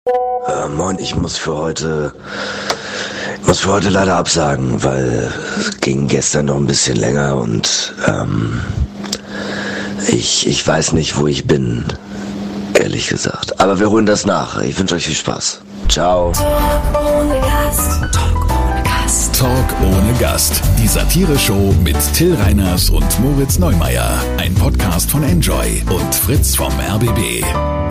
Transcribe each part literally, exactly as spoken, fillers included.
Äh, moin, ich muss für heute, ich muss für heute leider absagen, weil es ging gestern noch ein bisschen länger und ähm, ich, ich weiß nicht, wo ich bin, ehrlich gesagt. Aber wir holen das nach. Ich wünsche euch viel Spaß. Ciao. Talk ohne Gast. Talk ohne Gast. Talk ohne Gast. Die Satire-Show mit Till Reiners und Moritz Neumeier. Ein Podcast von Enjoy und Fritz vom R B B.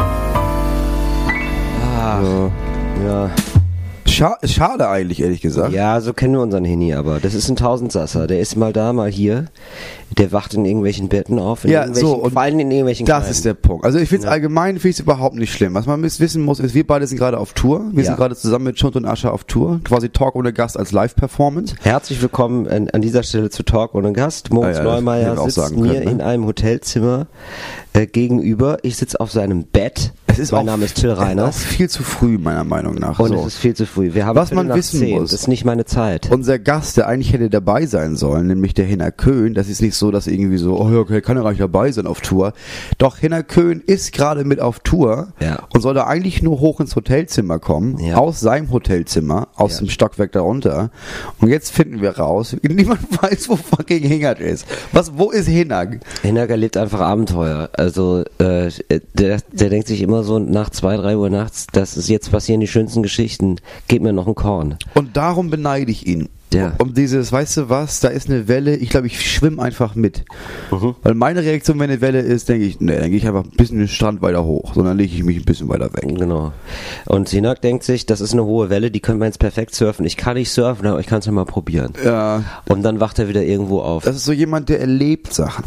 Ah, ja. Scha- schade eigentlich, ehrlich gesagt. Ja, so kennen wir unseren Hini, aber das ist ein Tausendsasser. Der ist mal da, mal hier. Der wacht in irgendwelchen Betten auf, in Ja, irgendwelchen, so, und vor allem in irgendwelchen Das Kneipen. ist der Punkt. Also ich finde es Ja. allgemein finde ich es überhaupt nicht schlimm. Was man mis- wissen muss, ist, wir beide sind gerade auf Tour. Wir Ja. sind gerade zusammen mit Schunt und Asche auf Tour. Quasi Talk ohne Gast als Live-Performance. Herzlich willkommen an, an dieser Stelle zu Talk ohne Gast. Moritz Ah ja, das Neumeier hätten wir auch sitzt sagen mir können, ne? in einem Hotelzimmer äh, gegenüber. Ich sitze auf seinem Bett. Es ist mein auch, Name ist Till es ist auch Reiners. viel zu früh, meiner Meinung nach. Und so. es ist viel zu früh. Wir haben Was Viertel man nach wissen zehn. muss. Das ist nicht meine Zeit. Unser Gast, der eigentlich hätte dabei sein sollen, nämlich der Hinner Köhn, das ist nicht so, dass irgendwie so, oh ja, okay, kann ja gar nicht dabei sein auf Tour. Doch Hinner Köhn ist gerade mit auf Tour Ja. und soll da eigentlich nur hoch ins Hotelzimmer kommen, Ja. aus seinem Hotelzimmer, aus Ja. dem Stockwerk darunter. Und jetzt finden wir raus, niemand weiß, wo fucking Hinnert ist. Was, wo ist Hinnert? Hinak erlebt einfach Abenteuer. Also äh, der, der denkt sich immer so nach zwei, drei Uhr nachts, das ist jetzt passieren die schönsten Geschichten. Gib mir noch ein Korn. Und darum beneide ich ihn. Ja. Um dieses, weißt du was, da ist eine Welle, ich glaube, ich schwimme einfach mit. Mhm. Weil meine Reaktion, wenn eine Welle ist, denke ich, nee, dann gehe ich einfach ein bisschen den Strand weiter hoch, sondern lege ich mich ein bisschen weiter weg. Genau. Und Hinak denkt sich, das ist eine hohe Welle, die können wir jetzt perfekt surfen. Ich kann nicht surfen, aber ich kann es ja mal probieren. Ja, Und dann wacht er wieder irgendwo auf. das ist so jemand, der erlebt Sachen.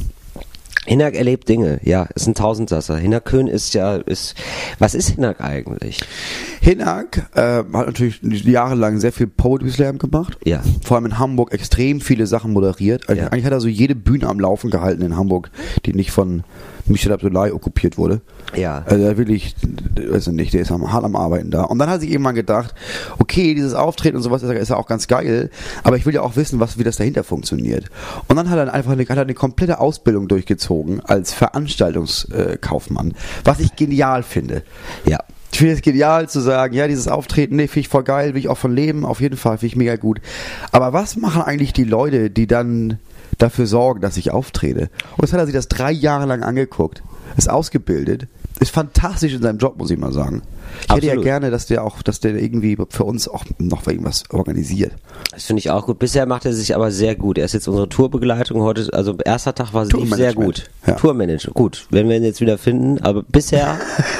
Hinak erlebt Dinge, ja, ist ein Tausendsasser. Hinak Köhn ist ja, ist, was ist Hinak eigentlich? Hinak äh, hat natürlich jahrelang sehr viel Poetry Slam gemacht. Ja. Vor allem in Hamburg extrem viele Sachen moderiert. Eigentlich, Ja. eigentlich hat er so jede Bühne am Laufen gehalten in Hamburg, die nicht von Michel Abdullahi okkupiert wurde. Ja. Also er wirklich, weiß ich nicht, der ist am, hart am Arbeiten da. Und dann hat sich irgendwann gedacht, okay, dieses Auftreten und sowas ist, ist ja auch ganz geil, aber ich will ja auch wissen, was, wie das dahinter funktioniert. Und dann hat er einfach eine, hat er eine komplette Ausbildung durchgezogen als Veranstaltungskaufmann, was ich genial finde. Ja. Ich finde es genial zu sagen, ja, dieses Auftreten, nee, finde ich voll geil, will ich auch von leben, auf jeden Fall, finde ich mega gut. Aber was machen eigentlich die Leute, die dann dafür sorgen, dass ich auftrete? Und jetzt hat er sich das drei Jahre lang angeguckt, ist ausgebildet, ist fantastisch in seinem Job, muss ich mal sagen. Ich hätte ja Absolut. gerne, dass der auch, dass der irgendwie für uns auch noch irgendwas organisiert. Das finde ich auch gut. Bisher macht er sich aber sehr gut. Er ist jetzt unsere Tourbegleitung heute, also erster Tag war es lief sehr gut. Ja. Tourmanager, gut. Wenn wir ihn jetzt wieder finden, aber bisher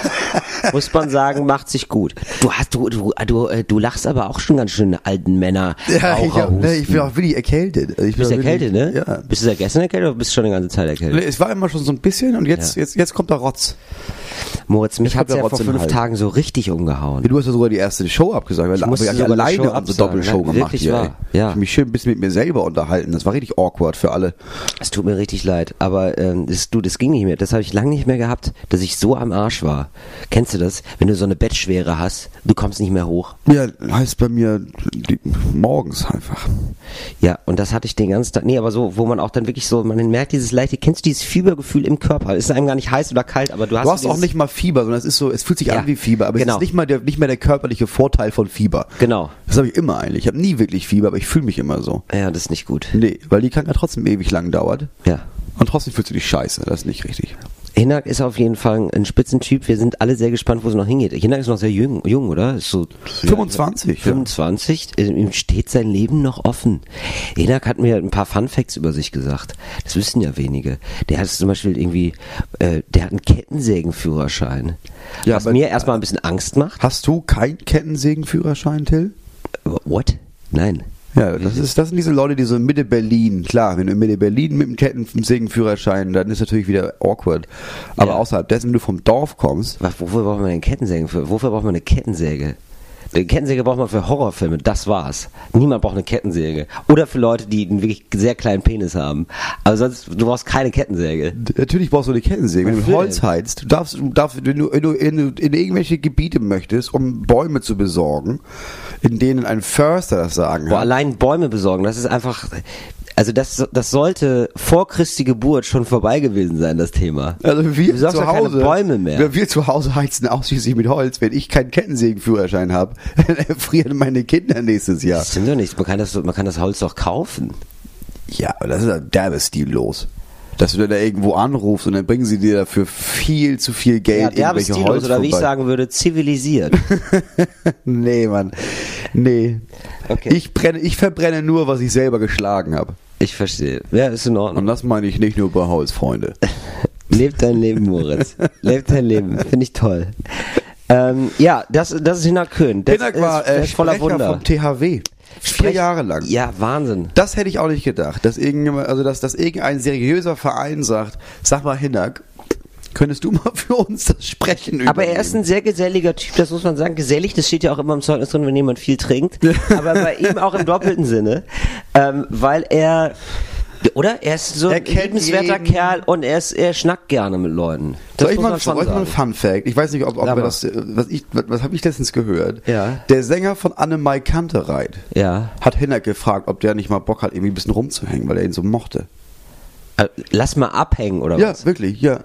muss man sagen, macht sich gut. Du hast, du, du, du, äh, du lachst aber auch schon ganz schön alten Männer. Ja, ich, hab, ne, ich bin Raucherhusten. auch wirklich erkältet. Also ich Du bist bin auch erkältet, wirklich- ne? Ja. Bist du seit gestern erkältet oder bist du schon die ganze Zeit erkältet? Es war immer schon so ein bisschen und jetzt, Ja. jetzt, jetzt kommt der Rotz. Moritz, mich Jetzt hat's kommt der ja vor Rotz im fünf Hals. Tagen so richtig umgehauen. Du hast ja sogar die erste Show abgesagt, weil Ich wir musste haben sogar die alleine Show unsere absagen. Doppelshow Ja, gemacht wirklich hier. wahr. ey. Ja. Ich hab mich schön ein bisschen mit mir selber unterhalten. Das war richtig awkward für alle. Es tut mir richtig leid, aber ähm, das, du, das ging nicht mehr. Das habe ich lange nicht mehr gehabt, dass ich so am Arsch war. Kennst du das? Wenn du so eine Bettschwere hast, du kommst nicht mehr hoch. Ja, heißt bei mir die, morgens einfach. Ja, und das hatte ich den ganzen Tag. Nee, aber so, wo man auch dann wirklich so, man merkt dieses leichte, kennst du dieses Fiebergefühl im Körper? Es ist einem gar nicht heiß oder kalt, aber du hast Du hast so auch dieses- nicht mal Fieber, sondern es ist so, es fühlt sich Ja, an wie Fieber, aber genau. es ist nicht mal der, nicht mehr der körperliche Vorteil von Fieber. Genau. Das habe ich immer eigentlich. Ich habe nie wirklich Fieber, aber ich fühle mich immer so. Ja, das ist nicht gut. Nee, weil die Krankheit trotzdem ewig lang dauert. Ja. Und trotzdem fühlst du dich scheiße. Das ist nicht richtig. Hinak ist auf jeden Fall ein Spitzentyp. Wir sind alle sehr gespannt, wo es noch hingeht. Hinak ist noch sehr jung, jung oder? Ist so fünfundzwanzig. Ja. fünfundzwanzig. Ihm steht sein Leben noch offen. Hinak hat mir ein paar Fun Facts über sich gesagt. Das wissen ja wenige. Der hat zum Beispiel irgendwie, äh, der hat einen Kettensägenführerschein. Ja, was aber- mir erstmal ein bisschen Angst macht. Hast du keinen Kettensägenführerschein, Till? What? Nein. Ja, das ist, das sind diese Leute, die so in Mitte Berlin, klar, wenn du in Mitte Berlin mit dem Kettensägenführerschein, dann ist natürlich wieder awkward. Aber Ja. außerhalb dessen, wenn du vom Dorf kommst, Was, wofür braucht man eine Kettensäge? Für, wofür braucht man eine Kettensäge? Eine Kettensäge braucht man für Horrorfilme, das war's. Niemand braucht eine Kettensäge. Oder für Leute, die einen wirklich sehr kleinen Penis haben. Aber sonst, du brauchst keine Kettensäge. natürlich brauchst du eine Kettensäge. Wenn du Wofür Holz denn? heizt, du darfst, du darfst, wenn du, wenn du in, in irgendwelche Gebiete möchtest, um Bäume zu besorgen, in denen ein Förster das Sagen Boah, hat. allein Bäume besorgen, das ist einfach, Also das, das sollte vor Christi Geburt schon vorbei gewesen sein, das Thema. Also wir Du sagst zu ja keine Hause, Bäume mehr. Wir, wir zu Hause heizen ausschließlich mit Holz. Wenn ich keinen Kettensägenführerschein habe, dann erfrieren meine Kinder nächstes Jahr. Das stimmt doch nicht. Man kann das, man kann das Holz doch kaufen. Ja, aber das ist ja derbe stillos. Dass du dann da irgendwo anrufst und dann bringen sie dir dafür viel zu viel Geld Ja, derbe irgendwelche stillos, Holz oder wie ich vorbei. sagen würde, zivilisiert. Nee, Mann. Nee. Okay. Ich brenne, ich verbrenne nur, was ich selber geschlagen habe. Ich verstehe. Ja, ist in Und Ordnung. das meine ich nicht nur bei Holz, Freunde. Leb dein Leben, Moritz. Leb dein Leben. Finde ich toll. Ähm, ja, das, das ist Hinak Köhn. Das Hinak war ist, äh, das ist voller Sprecher Wunder. vom T H W. Vier Sprech- Jahre lang. Ja, Wahnsinn. Das hätte ich auch nicht gedacht, dass irgendjemand, also dass, dass irgendein seriöser Verein sagt, sag mal Hinak, könntest du mal für uns das Sprechen Aber er übernehmen? ist ein sehr geselliger Typ, das muss man sagen. Gesellig, das steht ja auch immer im Zeugnis drin, wenn jemand viel trinkt. Aber bei ihm auch im doppelten Sinne. Ähm, weil er, oder? Er ist so Er ein kennt liebenswerter jeden. Kerl und er, ist, er schnackt gerne mit Leuten. Das Soll ich muss mal, man schon soll ich mal ein sagen. Fun Fact? Ich weiß nicht, ob, ob Sag wir mal. das, äh, was ich, was, was habe ich letztens gehört? Ja. Der Sänger von Annemai Kantereit Ja. hat Hinak gefragt, ob der nicht mal Bock hat, irgendwie ein bisschen rumzuhängen, weil er ihn so mochte. Äh, Lass mal abhängen, oder Ja, was? wirklich, ja.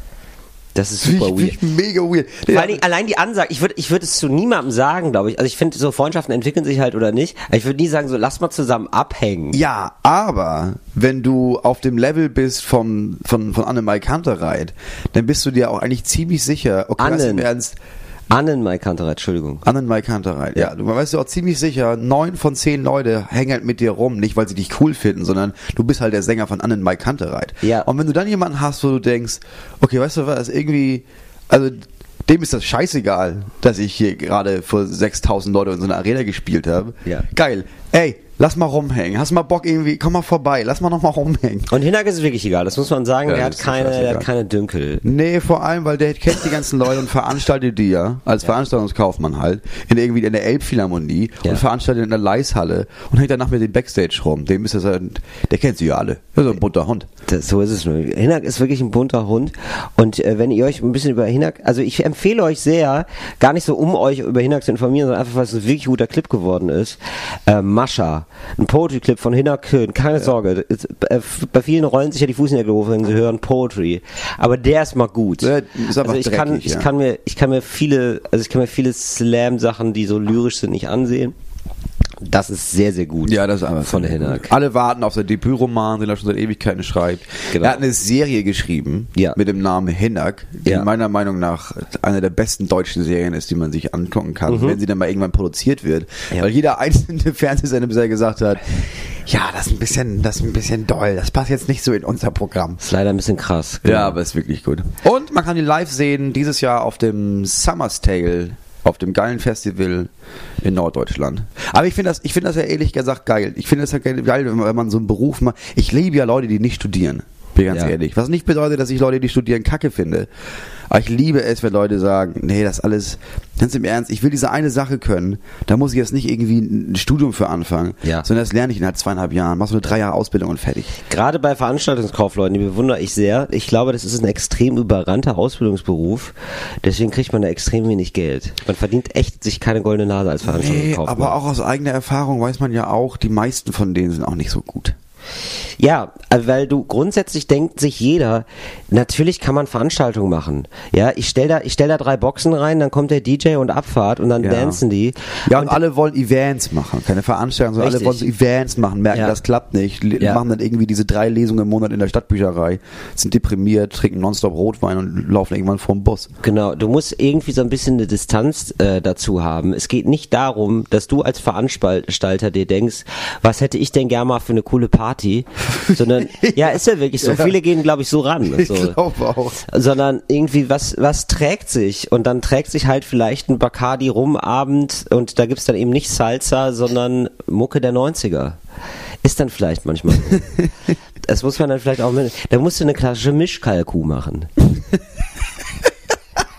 Das ist super Wie- weird. wie mega weird. Vor Ja, allen Dingen, allein die Ansage, ich würde ich würd es zu niemandem sagen, glaube ich. Also ich finde, so Freundschaften entwickeln sich halt oder nicht. Aber ich würde nie sagen, so lass mal zusammen abhängen. ja, aber wenn du auf dem Level bist vom, von, von Annemai Kantereit, dann bist du dir auch eigentlich ziemlich sicher, okay, was Annen. im Ernst, Annen Mai Kantereit, Entschuldigung. Annemai Kantereit, ja. Du weißt du auch ziemlich sicher, neun von zehn Leute hängen halt mit dir rum, nicht weil sie dich cool finden, sondern du bist halt der Sänger von Annemai Kantereit. Ja. Und wenn du dann jemanden hast, wo du denkst, okay, weißt du was, irgendwie, also dem ist das scheißegal, dass ich hier gerade vor sechstausend Leute in so einer Arena gespielt habe. Ja. Geil. Ey, lass mal rumhängen. Hast du mal Bock irgendwie, komm mal vorbei, lass mal noch mal rumhängen. Und Hinak ist es wirklich egal, das muss man sagen. Ja, er das hat ist keine, scheißegal. er hat keine Dünkel. Nee, vor allem, weil der kennt die ganzen Leute und veranstaltet die ja, als Veranstaltungskaufmann halt, in irgendwie in der Elbphilharmonie Ja. und veranstaltet in der Leishalle und hängt danach mit dem Backstage rum. Dem ist das halt, der kennt sie ja alle. Das ist ein bunter Hund. Das, so ist es nur. Hinak ist wirklich ein bunter Hund. Und äh, wenn ihr euch ein bisschen über Hinak, also ich empfehle euch sehr, gar nicht so um euch über Hinak zu informieren, sondern einfach, weil es ein wirklich guter Clip geworden ist. Äh, Mascha, ein Poetry-Clip von Hinak Köhn, keine Sorge. Ist, äh, bei vielen rollen sich ja die Fußnägel hoch, wenn sie hören Poetry. Aber der ist mal gut. Der ist einfach also ich kann, dreckig, ich ja. kann mir, ich kann mir viele, also ich kann mir viele Slam-Sachen, die so lyrisch sind, nicht ansehen. Das ist sehr, sehr gut. Ja, das ist einfach von sehr Hinak. gut. Alle warten auf sein Debütroman, den er schon seit Ewigkeiten schreibt. Genau. Er hat eine Serie geschrieben Ja. mit dem Namen Hinak, die Ja. meiner Meinung nach eine der besten deutschen Serien ist, die man sich angucken kann, wenn sie dann mal irgendwann produziert wird. Mhm. Ja. Weil jeder einzelne Fernsehsender bisher gesagt hat, ja, das ist ein bisschen, das ist ein bisschen doll, das passt jetzt nicht so in unser Programm. Ist leider ein bisschen krass. Ja, aber ist wirklich gut. Und man kann ihn live sehen dieses Jahr auf dem Summer's Tale, auf dem geilen Festival in Norddeutschland. Aber ich finde das, ich finde das ja ehrlich gesagt geil. Ich finde das ja geil, wenn man, wenn man so einen Beruf macht. Ich liebe ja Leute, die nicht studieren. Bin ganz Ja. ehrlich. Was nicht bedeutet, dass ich Leute, die studieren, kacke finde. Aber ich liebe es, wenn Leute sagen, nee, das alles, ganz im Ernst, ich will diese eine Sache können, da muss ich jetzt nicht irgendwie ein Studium für anfangen, Ja. sondern das lerne ich in halt zweieinhalb Jahren. Machst du eine drei Jahre Ausbildung und fertig. Gerade bei Veranstaltungskaufleuten, die bewundere ich sehr. Ich glaube, das ist ein extrem überrannter Ausbildungsberuf. Deswegen kriegt man da extrem wenig Geld. Man verdient echt sich keine goldene Nase als Nee, Veranstaltungskaufmann. aber auch aus eigener Erfahrung weiß man ja auch, die meisten von denen sind auch nicht so gut. Ja, weil du grundsätzlich denkt sich jeder, natürlich kann man Veranstaltungen machen. Ja, ich stell da, ich stell da drei Boxen rein, dann kommt der D J und Abfahrt und dann Ja. dancen die. Ja, und, alle wollen Events machen, keine Veranstaltungen, sondern alle Richtig. wollen so Events machen, merken, Ja. das klappt nicht, le- Ja. machen dann irgendwie diese drei Lesungen im Monat in der Stadtbücherei, sind deprimiert, trinken nonstop Rotwein und laufen irgendwann vorm Bus. Genau, du musst irgendwie so ein bisschen eine Distanz äh, dazu haben. Es geht nicht darum, dass du als Veranstalter dir denkst, was hätte ich denn gern mal für eine coole Party, sondern, ja, ist ja wirklich so. Ja. Viele gehen, glaube ich, so ran. Ich So. glaube auch. Sondern irgendwie, was, was trägt sich? Und dann trägt sich halt vielleicht ein Bacardi-Rum-Abend und da gibt's dann eben nicht Salsa, sondern Mucke der neunziger. Ist dann vielleicht manchmal so. Das muss man dann vielleicht auch mit, da musst du eine klassische Mischkalkuh machen.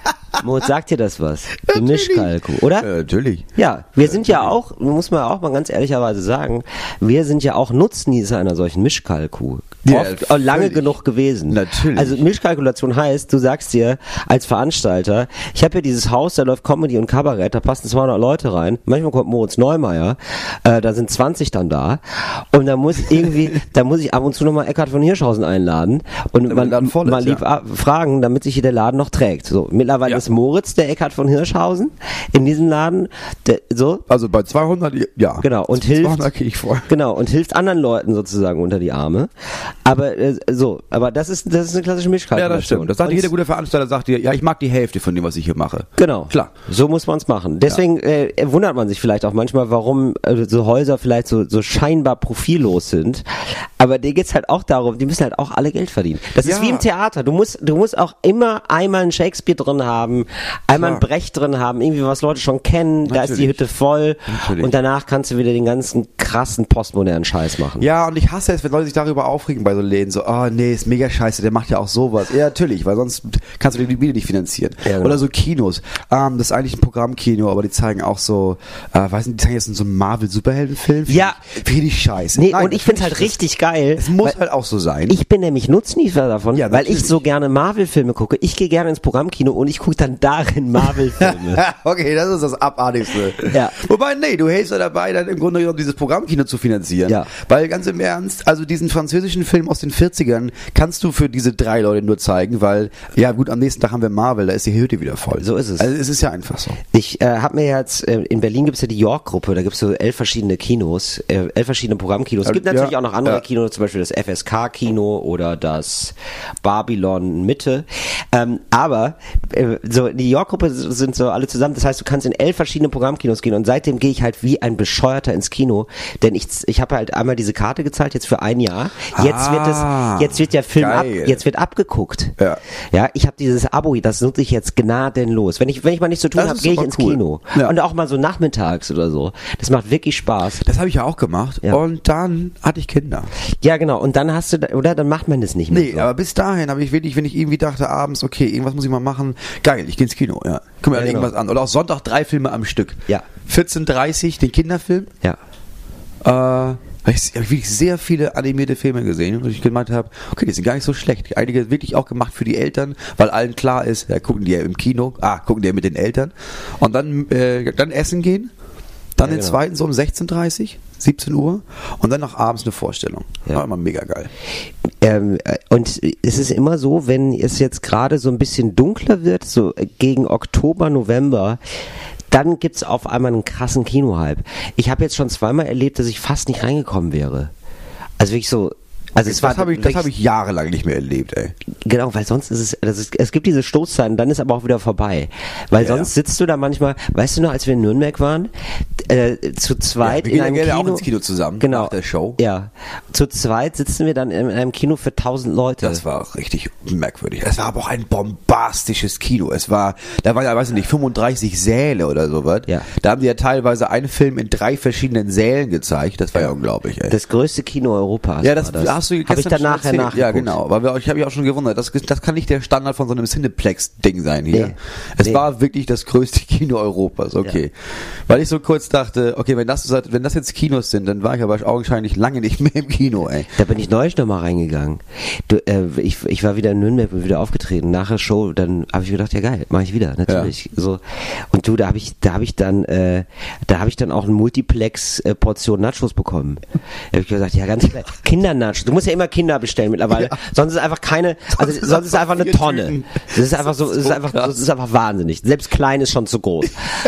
Moritz, sagt dir das was? Die Natürlich. Mischkalkuh, oder? Ja, natürlich. Ja, wir sind ja auch, muss man auch mal ganz ehrlicherweise sagen, wir sind ja auch Nutznießer einer solchen Mischkalkuh. Ja, Oft, äh, lange völlig. genug gewesen. Natürlich. Also Mischkalkulation heißt, du sagst dir als Veranstalter, ich habe hier dieses Haus, da läuft Comedy und Kabarett, da passen zweihundert Leute rein, manchmal kommt Moritz Neumeier, äh, da sind zwanzig dann da und da muss irgendwie, da muss ich ab und zu nochmal Eckhard von Hirschhausen einladen und der man, Laden voll ist, man lieb ja. ab- fragen, damit sich hier der Laden noch trägt. So, mittlerweile Ja. ist Moritz der Eckhard von Hirschhausen in diesem Laden, der, so, Also bei zweihundert, ja. Genau, und hilft, zweihundert krieg ich voll. genau, und hilft anderen Leuten sozusagen unter die Arme. Aber äh, so, aber das ist das ist eine klassische Ja, Mischkalkulation. das stimmt. Das sagt Und- jeder gute Veranstalter, sagt dir, ja, ich mag die Hälfte von dem, was ich hier mache. Genau. Klar. So muss man es machen. Deswegen äh, wundert man sich vielleicht auch manchmal, warum äh, so Häuser vielleicht so, so scheinbar profillos sind. Aber denen geht's halt auch darum, die müssen halt auch alle Geld verdienen. Das Ja. ist wie im Theater. Du musst, du musst auch immer einmal einen Shakespeare drin haben, einmal einen Klar. Brecht drin haben, irgendwie was Leute schon kennen, da ist die Natürlich. Hütte voll Natürlich. und danach kannst du wieder den ganzen krassen postmodernen Scheiß machen. Ja, und ich hasse es, wenn Leute sich darüber aufregen bei so Läden, so, oh nee, ist mega scheiße, der macht ja auch sowas. Ja, natürlich, weil sonst kannst du die Biete nicht finanzieren. Ja, genau. Oder so Kinos. Ähm, das ist eigentlich ein Programmkino, aber die zeigen auch so, äh, weiß nicht, die zeigen jetzt so einen Marvel-Superheldenfilm. Ja. Finde ich scheiße. Nee, Nein, und ich find's halt richtig geil. Es muss weil- halt auch so sein. Ich bin nämlich Nutznießer davon, Ja, weil ich natürlich. so gerne Marvel-Filme gucke. Ich gehe gerne ins Programmkino und ich gucke dann darin Marvel-Filme. Okay, das ist das Abartigste. Ja. Wobei, nee, du hilfst ja dabei, dann im Grunde genommen dieses Programmkino zu finanzieren. Ja. Weil ganz im Ernst, also diesen französischen Film aus den vierzigern kannst du für diese drei Leute nur zeigen, weil, ja gut, am nächsten Tag haben wir Marvel, da ist die Hütte wieder voll. So ist es. Also es ist ja einfach so. Ich äh, habe mir jetzt, äh, in Berlin gibt's ja die York-Gruppe, da gibt's so elf verschiedene Kinos, äh, elf verschiedene Programmkinos. Es gibt Ja, natürlich auch noch andere ja. Kinos, zum Beispiel das F S K-Kino oder das Babylon Mitte. Ähm, aber äh, so die York-Gruppe sind so alle zusammen, das heißt, du kannst in elf verschiedene Programmkinos gehen und seitdem gehe ich halt wie ein Bescheuerter ins Kino, denn ich, ich habe halt einmal diese Karte gezahlt, jetzt für ein Jahr. Jetzt Ah, wird das, jetzt wird der Film ab, geil. jetzt wird abgeguckt. Ja. Ja, ich habe dieses Abo, das nutze ich jetzt gnadenlos. Wenn ich, wenn ich mal nichts zu tun Das habe, ist gehe ich aber ins cool. Kino. Ja. Und auch mal so nachmittags oder so. Das macht wirklich Spaß. Das habe ich ja auch gemacht. Ja. Und dann hatte ich Kinder. Ja, genau. Und dann hast du, da- oder dann macht man das nicht mehr. Nee, so. aber bis dahin habe ich wirklich, wenn ich irgendwie dachte abends, okay, irgendwas muss ich mal machen, geil, ich gehe ins Kino, ja. Guck mir Ja, an genau. irgendwas an. Oder auch Sonntag drei Filme am Stück. Ja. vierzehn Uhr dreißig, den Kinderfilm. Ja. Äh, habe ich, hab ich wirklich sehr viele animierte Filme gesehen und ich gemeint habe, okay, die sind gar nicht so schlecht. Einige wirklich auch gemacht für die Eltern, weil allen klar ist, ja, gucken die ja im Kino, ah, gucken die ja mit den Eltern. Und dann, äh, dann essen gehen. Dann Ja, den genau. zweiten so um sechzehn Uhr dreißig, siebzehn Uhr und dann noch abends eine Vorstellung. Ja. War immer mega geil. Ähm, äh, und es ist immer so, wenn es jetzt gerade so ein bisschen dunkler wird, so äh, gegen Oktober, November, dann gibt's auf einmal einen krassen Kinohype. Ich habe jetzt schon zweimal erlebt, dass ich fast nicht reingekommen wäre. Also wirklich so. Also es war das habe ich, das wirklich- hab ich jahrelang nicht mehr erlebt, ey. Genau, weil sonst ist es, das ist, es gibt diese Stoßzeiten, dann ist aber auch wieder vorbei. Weil Ja. sonst sitzt du da manchmal, weißt du noch, als wir in Nürnberg waren, äh, zu zweit Ja, wir in gehen ja einem gerne Kino. auch ins Kino zusammen, genau, nach der Show. Ja, zu zweit sitzen wir dann in einem Kino für tausend Leute. Das war auch richtig merkwürdig. Es war aber auch ein bombastisches Kino. Es war, da waren ja, weiß ich nicht, fünfunddreißig Säle oder sowas. Ja. Da haben die ja teilweise einen Film in drei verschiedenen Sälen gezeigt. Das war ja, unglaublich, ey. Das größte Kino Europas. ja, das, war das. hast du Hab ich gestern dann schon nachher erzählt. nachgeguckt. Ja, genau. Weil wir, ich habe mich auch schon gewundert. Das, das kann nicht der Standard von so einem Cineplex-Ding sein hier. Nee. Es Nee. war wirklich das größte Kino Europas. Okay. Weil ich so kurz dachte, okay, wenn das, wenn das jetzt Kinos sind, dann war ich aber augenscheinlich lange nicht mehr im Kino, ey. Da bin ich neulich noch mal reingegangen. Du, äh, ich, ich war wieder in Nürnberg und wieder aufgetreten. Nach der Show, dann habe ich gedacht, ja geil, mache ich wieder, natürlich. So. Und du, da habe ich, da habe ich dann, äh, da habe ich dann auch eine Multiplex-Portion Nachos bekommen. Da habe ich gesagt, ja ganz klar, Kindernachos. Du musst ja immer Kinder bestellen mittlerweile. Sonst ist einfach keine, also Sonst ist sonst ist einfach einfach eine vier Tonne. Tüten. Das ist einfach so, das ist einfach, das ist einfach wahnsinnig. Selbst klein ist schon zu groß.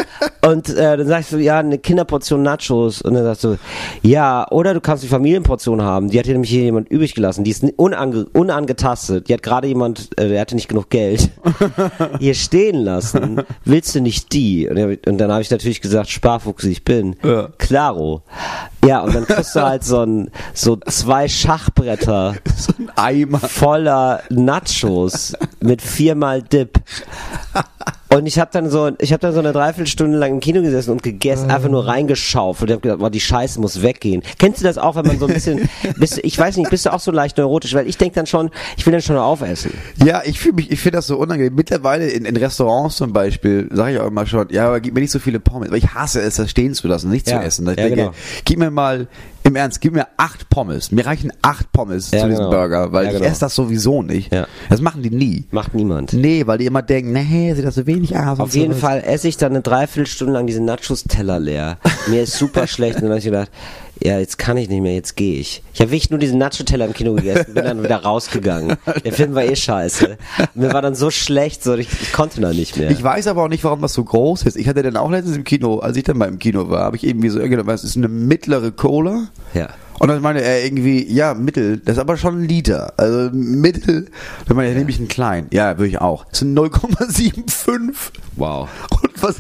Und äh, dann sagst du, ja, eine Kinderportion Nachos. Und dann sagst du, ja, oder du kannst die Familienportion haben. Die hat hier nämlich hier jemand übrig gelassen. Die ist unange unangetastet. Die hat gerade jemand, äh, der hatte nicht genug Geld, hier stehen lassen. Willst du nicht die? Und, dann- und dann habe ich natürlich gesagt, Sparfuchs, ich bin. Ja. Klaro. Ja, und dann kriegst du halt so ein, so zwei Schachbretter So ein Eimer. voller Nachos mit viermal Dip. Und ich habe dann so, ich habe dann so eine Dreiviertelstunde lang im Kino gesessen und gegessen, einfach nur reingeschaufelt. Ich habe gedacht, boah, die Scheiße muss weggehen. Kennst du das auch, wenn man so ein bisschen, bist, ich weiß nicht, bist du auch so leicht neurotisch? Weil ich denke dann schon, ich will dann schon noch aufessen. Ja, ich fühle mich, ich finde das so unangenehm. Mittlerweile in, in Restaurants zum Beispiel sage ich auch immer schon, ja, aber gib mir nicht so viele Pommes, weil ich hasse es, das stehen zu lassen, nicht Ja. zu essen. Ich Ja, denke, genau. gib mir mal, im Ernst, gib mir acht Pommes. Mir reichen acht Pommes Ja, zu diesem genau. Burger, weil Ja, ich genau. esse das sowieso nicht. Ja. Das machen die nie. Macht niemand. Nee, weil die immer denken, nee, sieht das so wenig aus. Auf jeden Fall esse ich dann eine Dreiviertelstunde lang diese Nachos-Teller leer. Mir ist super schlecht und dann habe ich gedacht, ja, jetzt kann ich nicht mehr, jetzt gehe ich. Ich habe wirklich nur diesen Nacho-Teller im Kino gegessen, bin dann wieder rausgegangen. Der Film war eh scheiße. Mir war dann so schlecht, so ich, ich konnte dann nicht mehr. Ich weiß aber auch nicht, warum das so groß ist. Ich hatte dann auch letztens im Kino, als ich dann mal im Kino war, habe ich irgendwie so irgendwann, es ist eine mittlere Cola. Ja. Und dann meine er irgendwie, ja, Mittel, das ist aber schon ein Liter. Also Mittel, dann meine ich, ja. nehme ich einen kleinen. Ja, würde ich auch. Das sind null Komma fünfundsiebzig. Wow. Und was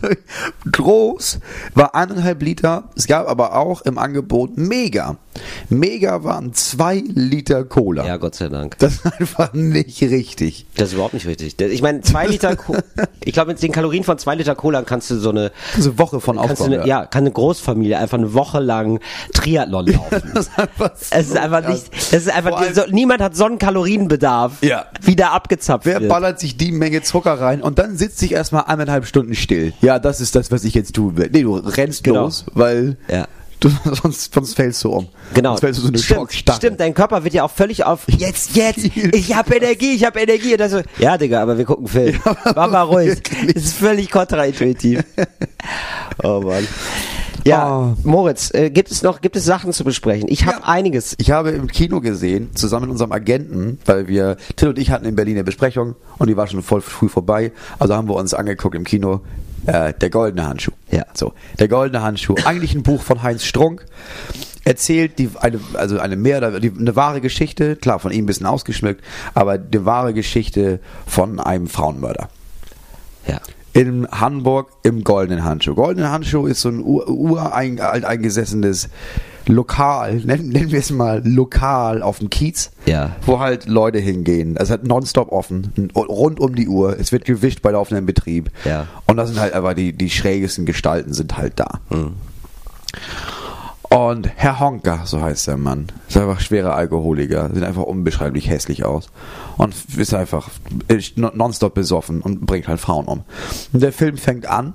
groß war eineinhalb Liter. Es gab aber auch im Angebot Mega. Mega waren zwei Liter Cola. Ja, Gott sei Dank. Das ist einfach nicht richtig. Das ist überhaupt nicht richtig. Ich meine, zwei Liter, Co- ich glaube, mit den Kalorien von zwei Liter Cola kannst du so eine, Diese Woche von kannst du Aufbau. eine, ja, kann eine Großfamilie einfach eine Woche lang Triathlon laufen. Das ist einfach so Es ist einfach krass. nicht, das ist einfach, Vor allem- so, niemand hat so einen Kalorienbedarf, Ja. wie der abgezapft Wer wird. ballert sich die Menge Zucker rein und dann sitzt sich erstmal eineinhalb Stunden still. Ja, das ist das, was ich jetzt tun will. Nee, du rennst Genau. los, weil Ja. du, sonst, sonst fällst du um. Genau. Sonst fällst du so eine stimmt, Schockstarre. stimmt, dein Körper wird ja auch völlig auf, jetzt, jetzt, ich hab Energie, ich hab Energie. Und dann so, ja, Digga, aber wir gucken Film. Mach mal ruhig. wirklich. Das ist völlig kontraintuitiv. Oh Mann. Ja, Oh. Moritz, äh, gibt es noch, gibt es Sachen zu besprechen? Ich habe Ja. einiges. Ich habe im Kino gesehen, zusammen mit unserem Agenten, weil wir, Till und ich hatten in Berlin eine Besprechung und die war schon voll früh vorbei. Also haben wir uns angeguckt im Kino, äh, Der goldene Handschuh. Ja. So, Der goldene Handschuh. Eigentlich ein Buch von Heinz Strunk. Erzählt die, eine, also eine mehr, oder die, eine wahre Geschichte, klar, von ihm ein bisschen ausgeschmückt, aber eine wahre Geschichte von einem Frauenmörder. Ja. In Hamburg im Goldenen Handschuh. Goldenen Handschuh ist so ein ureingesessenes Lokal, nennen, nennen wir es mal Lokal auf dem Kiez, Ja. wo halt Leute hingehen. Es hat nonstop offen, rund um die Uhr. Es wird gewischt bei laufendem Betrieb. Ja. Und das sind halt aber die, die schrägesten Gestalten sind halt da. Mhm. Und Herr Honka, so heißt der Mann, ist einfach schwerer Alkoholiker, sieht einfach unbeschreiblich hässlich aus und ist einfach ist nonstop besoffen und bringt halt Frauen um. Und der Film fängt an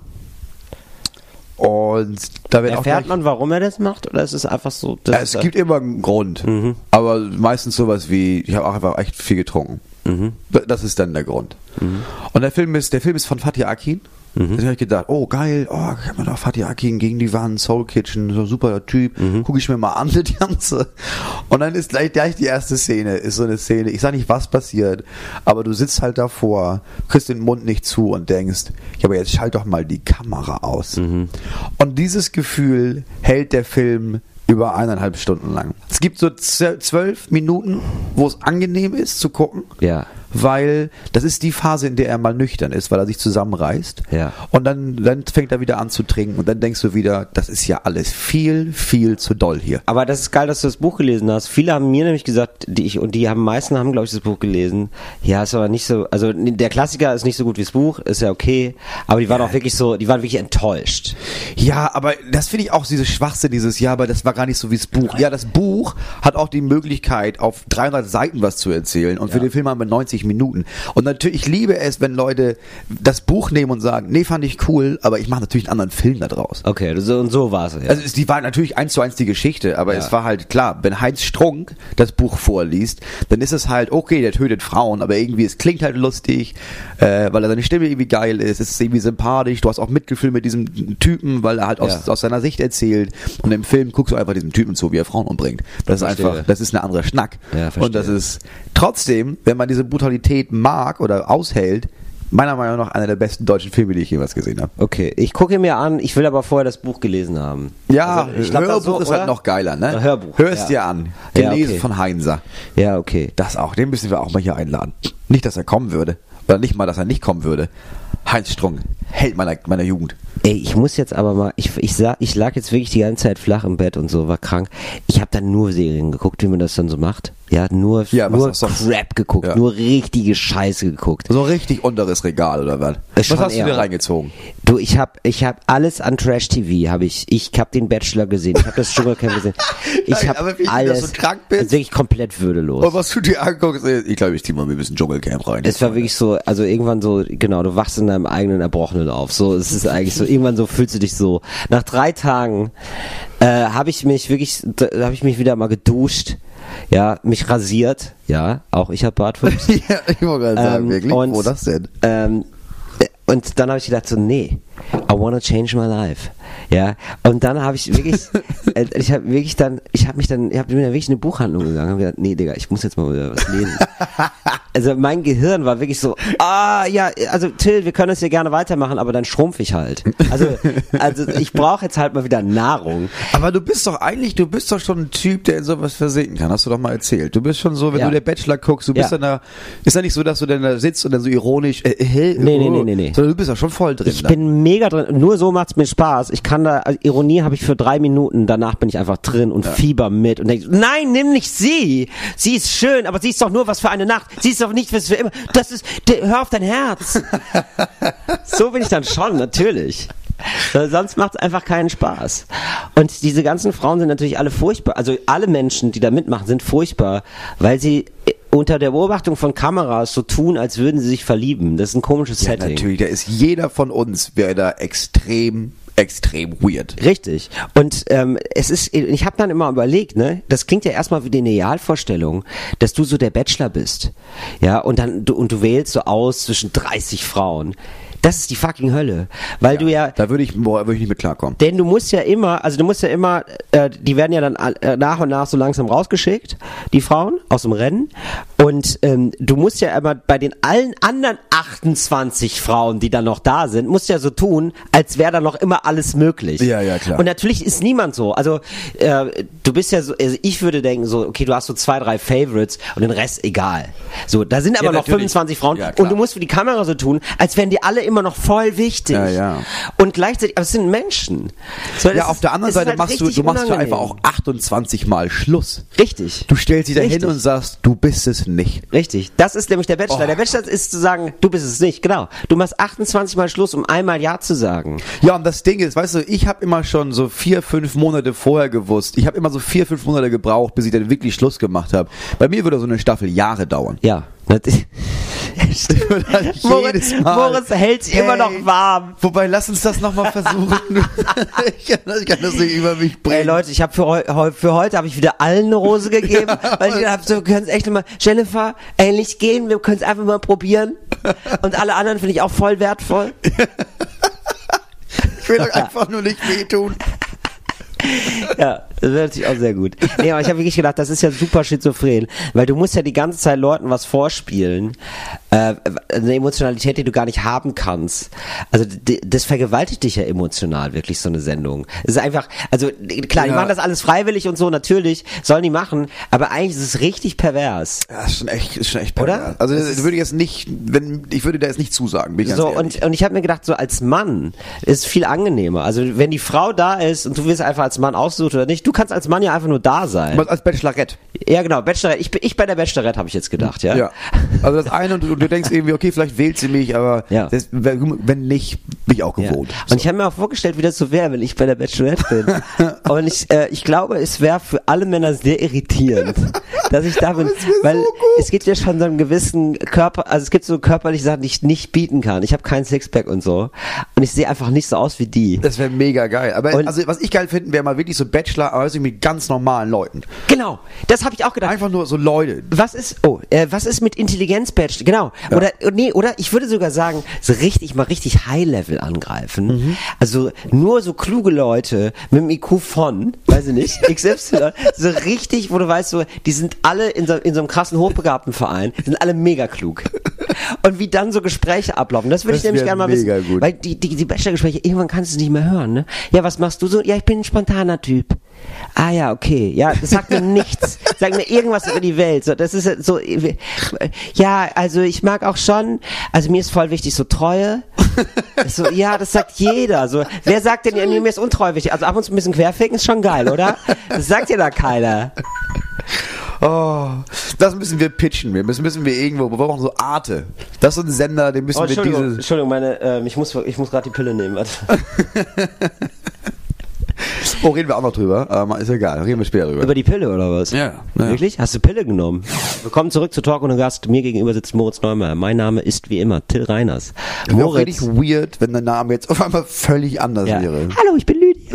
und da wird auch Erfährt gleich, man, warum er das macht? Oder ist es einfach so? Das ja, ist es gibt immer einen Grund, Mhm. aber meistens sowas wie, ich habe auch einfach echt viel getrunken. Mhm. Das ist dann der Grund. Und der Film ist, der Film ist von Fatih Akin. Mhm. Da habe ich gedacht, oh geil, oh, kann man doch Fatih Akin gegen die Wand, Soul Kitchen, so super Typ, Mhm. gucke ich mir mal an, das Ganze. Und dann ist gleich, gleich die erste Szene, ist so eine Szene, ich sag nicht, was passiert, aber du sitzt halt davor, kriegst den Mund nicht zu und denkst, ja, aber jetzt schalt doch mal die Kamera aus. Mhm. Und dieses Gefühl hält der Film über eineinhalb Stunden lang. Es gibt so z- zwölf Minuten, wo es angenehm ist zu gucken. Ja. Weil das ist die Phase, in der er mal nüchtern ist, weil er sich zusammenreißt. Ja. Und dann, dann fängt er wieder an zu trinken. Und dann denkst du wieder, das ist ja alles viel, viel zu doll hier. Aber das ist geil, dass du das Buch gelesen hast. Viele haben mir nämlich gesagt, die ich, und die haben, meisten haben, glaube ich, das Buch gelesen. Ja, ist aber nicht so, also der Klassiker ist nicht so gut wie das Buch, ist ja okay. Aber die waren auch wirklich so, die waren wirklich enttäuscht. Ja, aber das finde ich auch dieses Schwachsinn, dieses, ja, aber das war gar nicht so wie das Buch. Ja, das Buch hat auch die Möglichkeit, auf dreihundert Seiten was zu erzählen. Und für Ja. den Film haben wir neunzig Minuten. Und natürlich, ich liebe es, wenn Leute das Buch nehmen und sagen, nee, fand ich cool, aber ich mache natürlich einen anderen Film da draus. Okay, so, und so war es. Ja. Also es, die war natürlich eins zu eins die Geschichte, aber Ja. es war halt klar, wenn Heinz Strunk das Buch vorliest, dann ist es halt, okay, der tötet Frauen, aber irgendwie, es klingt halt lustig, äh, weil er seine Stimme irgendwie geil ist, es ist irgendwie sympathisch, du hast auch Mitgefühl mit diesem Typen, weil er halt aus, Ja. aus seiner Sicht erzählt und im Film guckst du einfach diesem Typen zu, wie er Frauen umbringt. Das ist Verstehe. einfach, das ist ein anderer Schnack. Ja, verstehe. und das ist trotzdem, wenn man diese Brutalität mag oder aushält, meiner Meinung nach einer der besten deutschen Filme, die ich jemals gesehen habe. Okay, ich gucke mir an, ich will aber vorher das Buch gelesen haben. Ja, Also, ich glaub, das Hörbuch so, ist halt oder? noch geiler, ne? Ein Hörbuch, Hörst ja. dir an. Ja, Gelesen okay. von Heinzer. Ja, okay. Das auch, den müssen wir auch mal hier einladen. Nicht, dass er kommen würde. Oder nicht mal, dass er nicht kommen würde. Heinz Strunk, Held meiner, meiner Jugend. Ey, ich muss jetzt aber mal, ich, ich, sag, ich lag jetzt wirklich die ganze Zeit flach im Bett und so, war krank. Ich habe dann nur Serien geguckt, wie man das dann so macht. Ja, nur, Ja, was nur auch sonst. Crap geguckt, Ja. nur richtige Scheiße geguckt. So richtig unteres Regal oder was? Äh, Was schon hast du eher. dir reingezogen? Du, ich hab, ich hab alles an Trash-T V, habe ich. Ich hab den Bachelor gesehen, ich hab das Dschungelcamp gesehen. Ich Nein, hab aber wie du alles. da so krank bist. Also wirklich komplett würdelos. Und was du dir anguckst, ich glaube, ich zieh mal ein bisschen Dschungelcamp rein. Es war wirklich so, also irgendwann so, genau, du wachst in deinem eigenen Erbrochenen auf. So, es ist eigentlich so, irgendwann so fühlst du dich so. Nach drei Tagen äh, habe ich mich wirklich, da habe ich mich wieder mal geduscht, ja, mich rasiert, ja, auch ich habe Bartwuchs. Ja, ich wollte gerade sagen, Ähm, wirklich, und- wo das denn? Ähm, äh, und dann habe ich gedacht so, nee, I wanna change my life. Ja, und dann habe ich wirklich, äh, ich habe wirklich dann, ich habe mich dann, ich habe mir dann wirklich in eine Buchhandlung gegangen und gesagt, nee, Digga, ich muss jetzt mal wieder was lesen. Also mein Gehirn war wirklich so, ah, ja, also Till, wir können das hier gerne weitermachen, aber dann schrumpf ich halt. Also, also ich brauche jetzt halt mal wieder Nahrung. Aber du bist doch eigentlich, du bist doch schon ein Typ, der in sowas versinken kann. Hast du doch mal erzählt. Du bist schon so, wenn Ja. du der Bachelor guckst, du bist Ja. dann da, ist ja nicht so, dass du dann da sitzt und dann so ironisch, äh, äh, Nee, nee, oh, nee, nee, nee. sondern du bist ja schon voll drin. Ich da. bin mega drin. Nur so macht's mir Spaß. Ich kann da, also Ironie habe ich für drei Minuten. Danach bin ich einfach drin und fieber mit und denke, nein, nimm nicht sie. Sie ist schön, aber sie ist doch nur was für eine Nacht. Sie ist doch nicht was für immer. Das ist, de, hör auf dein Herz. So bin ich dann schon, natürlich. Weil sonst macht's einfach keinen Spaß. Und diese ganzen Frauen sind natürlich alle furchtbar. Also alle Menschen, die da mitmachen, sind furchtbar, weil sie unter der Beobachtung von Kameras so tun, als würden sie sich verlieben. Das ist ein komisches Ja, Setting. natürlich, da ist jeder von uns, wäre da extrem, extrem weird. Richtig. Und ähm, es ist, ich habe dann immer überlegt, ne, das klingt ja erstmal wie die Idealvorstellung, dass du so der Bachelor bist, ja, und dann du und du wählst so aus zwischen dreißig Frauen. Das ist die fucking Hölle, weil du ja Da würde ich, boah, würde ich nicht mit klarkommen. denn du musst ja immer, also du musst ja immer, äh, die werden ja dann all- äh, nach und nach so langsam rausgeschickt, die Frauen aus dem Rennen. Und ähm, du musst ja immer bei den allen anderen achtundzwanzig Frauen, die dann noch da sind, musst ja so tun, als wäre da noch immer alles möglich. Ja, ja, klar. Und natürlich ist niemand so. Also äh, du bist ja so, also ich würde denken so, okay, du hast so zwei, drei Favorites und den Rest egal. So, da sind aber Ja, noch natürlich. fünfundzwanzig Frauen Ja, klar. und du musst für die Kamera so tun, als wären die alle immer noch voll wichtig. Ja, ja. Und gleichzeitig, aber es sind Menschen. So, das Ja, auf ist- der anderen es ist Seite halt machst du, richtig du machst ja einfach unangenehm. auch achtundzwanzig Mal Schluss. Richtig. Du stellst dich da hin Richtig. und sagst, du bist es nicht. Richtig. Das ist nämlich der Bachelor. Oh. Der Bachelor ist zu sagen, du bist es nicht. Genau. Du machst achtundzwanzig Mal Schluss, um einmal Ja zu sagen. Ja, und das Ding ist, weißt du, ich habe immer schon so vier, fünf Monate vorher gewusst. Ich habe immer so vier, fünf Monate gebraucht, bis ich dann wirklich Schluss gemacht habe. Bei mir würde so eine Staffel Jahre dauern. Ja. Das- Jedes Moritz, Mal. Moritz hält sich immer noch warm. Wobei, lass uns das nochmal versuchen. ich, kann, ich kann das nicht über mich bringen. Ey Leute, ich habe für, heu heu für heute habe ich wieder allen eine Rose gegeben, weil ich gedacht habe, so, wir können es echt mal, Jennifer, ey, nicht gehen, wir können es einfach mal probieren. Und alle anderen finde ich auch voll wertvoll. Ich will doch einfach nur nicht wehtun. Ja, das wäre natürlich auch sehr gut. Nee, aber ich habe wirklich gedacht, das ist ja super schizophren, weil du musst ja die ganze Zeit Leuten was vorspielen, äh, eine Emotionalität, die du gar nicht haben kannst. Also d- das vergewaltigt dich ja emotional, wirklich so eine Sendung. Es ist einfach, also klar, die Ja. machen das alles freiwillig und so, natürlich, sollen die machen, aber eigentlich ist es richtig pervers. Ja, ist schon echt, ist schon echt Oder? pervers. Also Das das ist- würde ich jetzt nicht, wenn ich würde da jetzt nicht zusagen, bin ich So, ganz ehrlich. und, und ich habe mir gedacht, so als Mann ist viel angenehmer. Also wenn die Frau da ist und du wirst einfach als Mann ausgesucht oder nicht, du kannst als Mann ja einfach nur da sein. Was als Bachelorette. Ja, genau, Bachelorette. Ich, bin- ich bei der Bachelorette habe ich jetzt gedacht, ja? Ja. Also das eine und du, du denkst irgendwie, okay, vielleicht wählt sie mich, aber Ja. das, wenn nicht, bin ich auch Ja. gewohnt. Und ich habe mir auch vorgestellt, wie das so wäre, wenn ich bei der Bachelorette bin. Und ich, äh, ich glaube, es wäre für alle Männer sehr irritierend, dass ich da bin, es wär weil so gut. es gibt ja schon so einen gewissen Körper, also es gibt so körperliche Sachen, die ich nicht bieten kann. Ich habe keinen Sixpack und so. Und ich sehe einfach nicht so aus wie die. Das wäre mega geil. Aber Und- also was ich geil finden, wäre mal wirklich so Bachelor, aber weiß ich, mit ganz normalen Leuten. Genau, das habe ich auch gedacht. Einfach nur so Leute. Was ist, oh, äh, was ist mit Intelligenz-Badge? Genau. Ja. Oder, nee, oder ich würde sogar sagen, so richtig, mal richtig High-Level angreifen. Mhm. Also nur so kluge Leute mit einem I Q von, weiß ich nicht, X Y, so richtig, wo du weißt, so, die sind alle in so, in so einem krassen hochbegabten Verein, die sind alle mega klug. Und wie dann so Gespräche ablaufen, das würde ich Das nämlich wär gerne mal mega wissen. gut. Weil die, die, die Bachelor-Gespräche, irgendwann kannst du es nicht mehr hören, ne? Ja, was machst du so? Ja, ich bin ein spontaner Typ. Ah ja, okay. Ja, das sagt mir nichts. Sag mir irgendwas über die Welt. So, das ist so, ja, also ich mag auch schon, also mir ist voll wichtig, so Treue. So, ja, das sagt jeder. So, wer sagt denn, mir ist untreu wichtig? Also ab und zu ein bisschen querficken ist schon geil, oder? Das sagt ja da keiner. Oh, das müssen wir pitchen. Wir müssen, müssen wir irgendwo, wir brauchen so Arte. Das ist so ein Sender, den müssen oh, wir Entschuldigung, diese... Entschuldigung, meine, äh, ich muss, ich muss gerade die Pille nehmen. Warte. Oh, reden wir auch noch drüber. Ähm, ist egal, reden wir später drüber. Über die Pille oder was? Ja. ja. Wirklich? Hast du Pille genommen? Willkommen zurück zu Talk ohne Gast. Mir gegenüber sitzt Moritz Neumeier. Mein Name ist wie immer Till Reiners. Wäre auch richtig weird, wenn dein Name jetzt auf einmal völlig anders ja. wäre. Hallo, ich bin Lydia.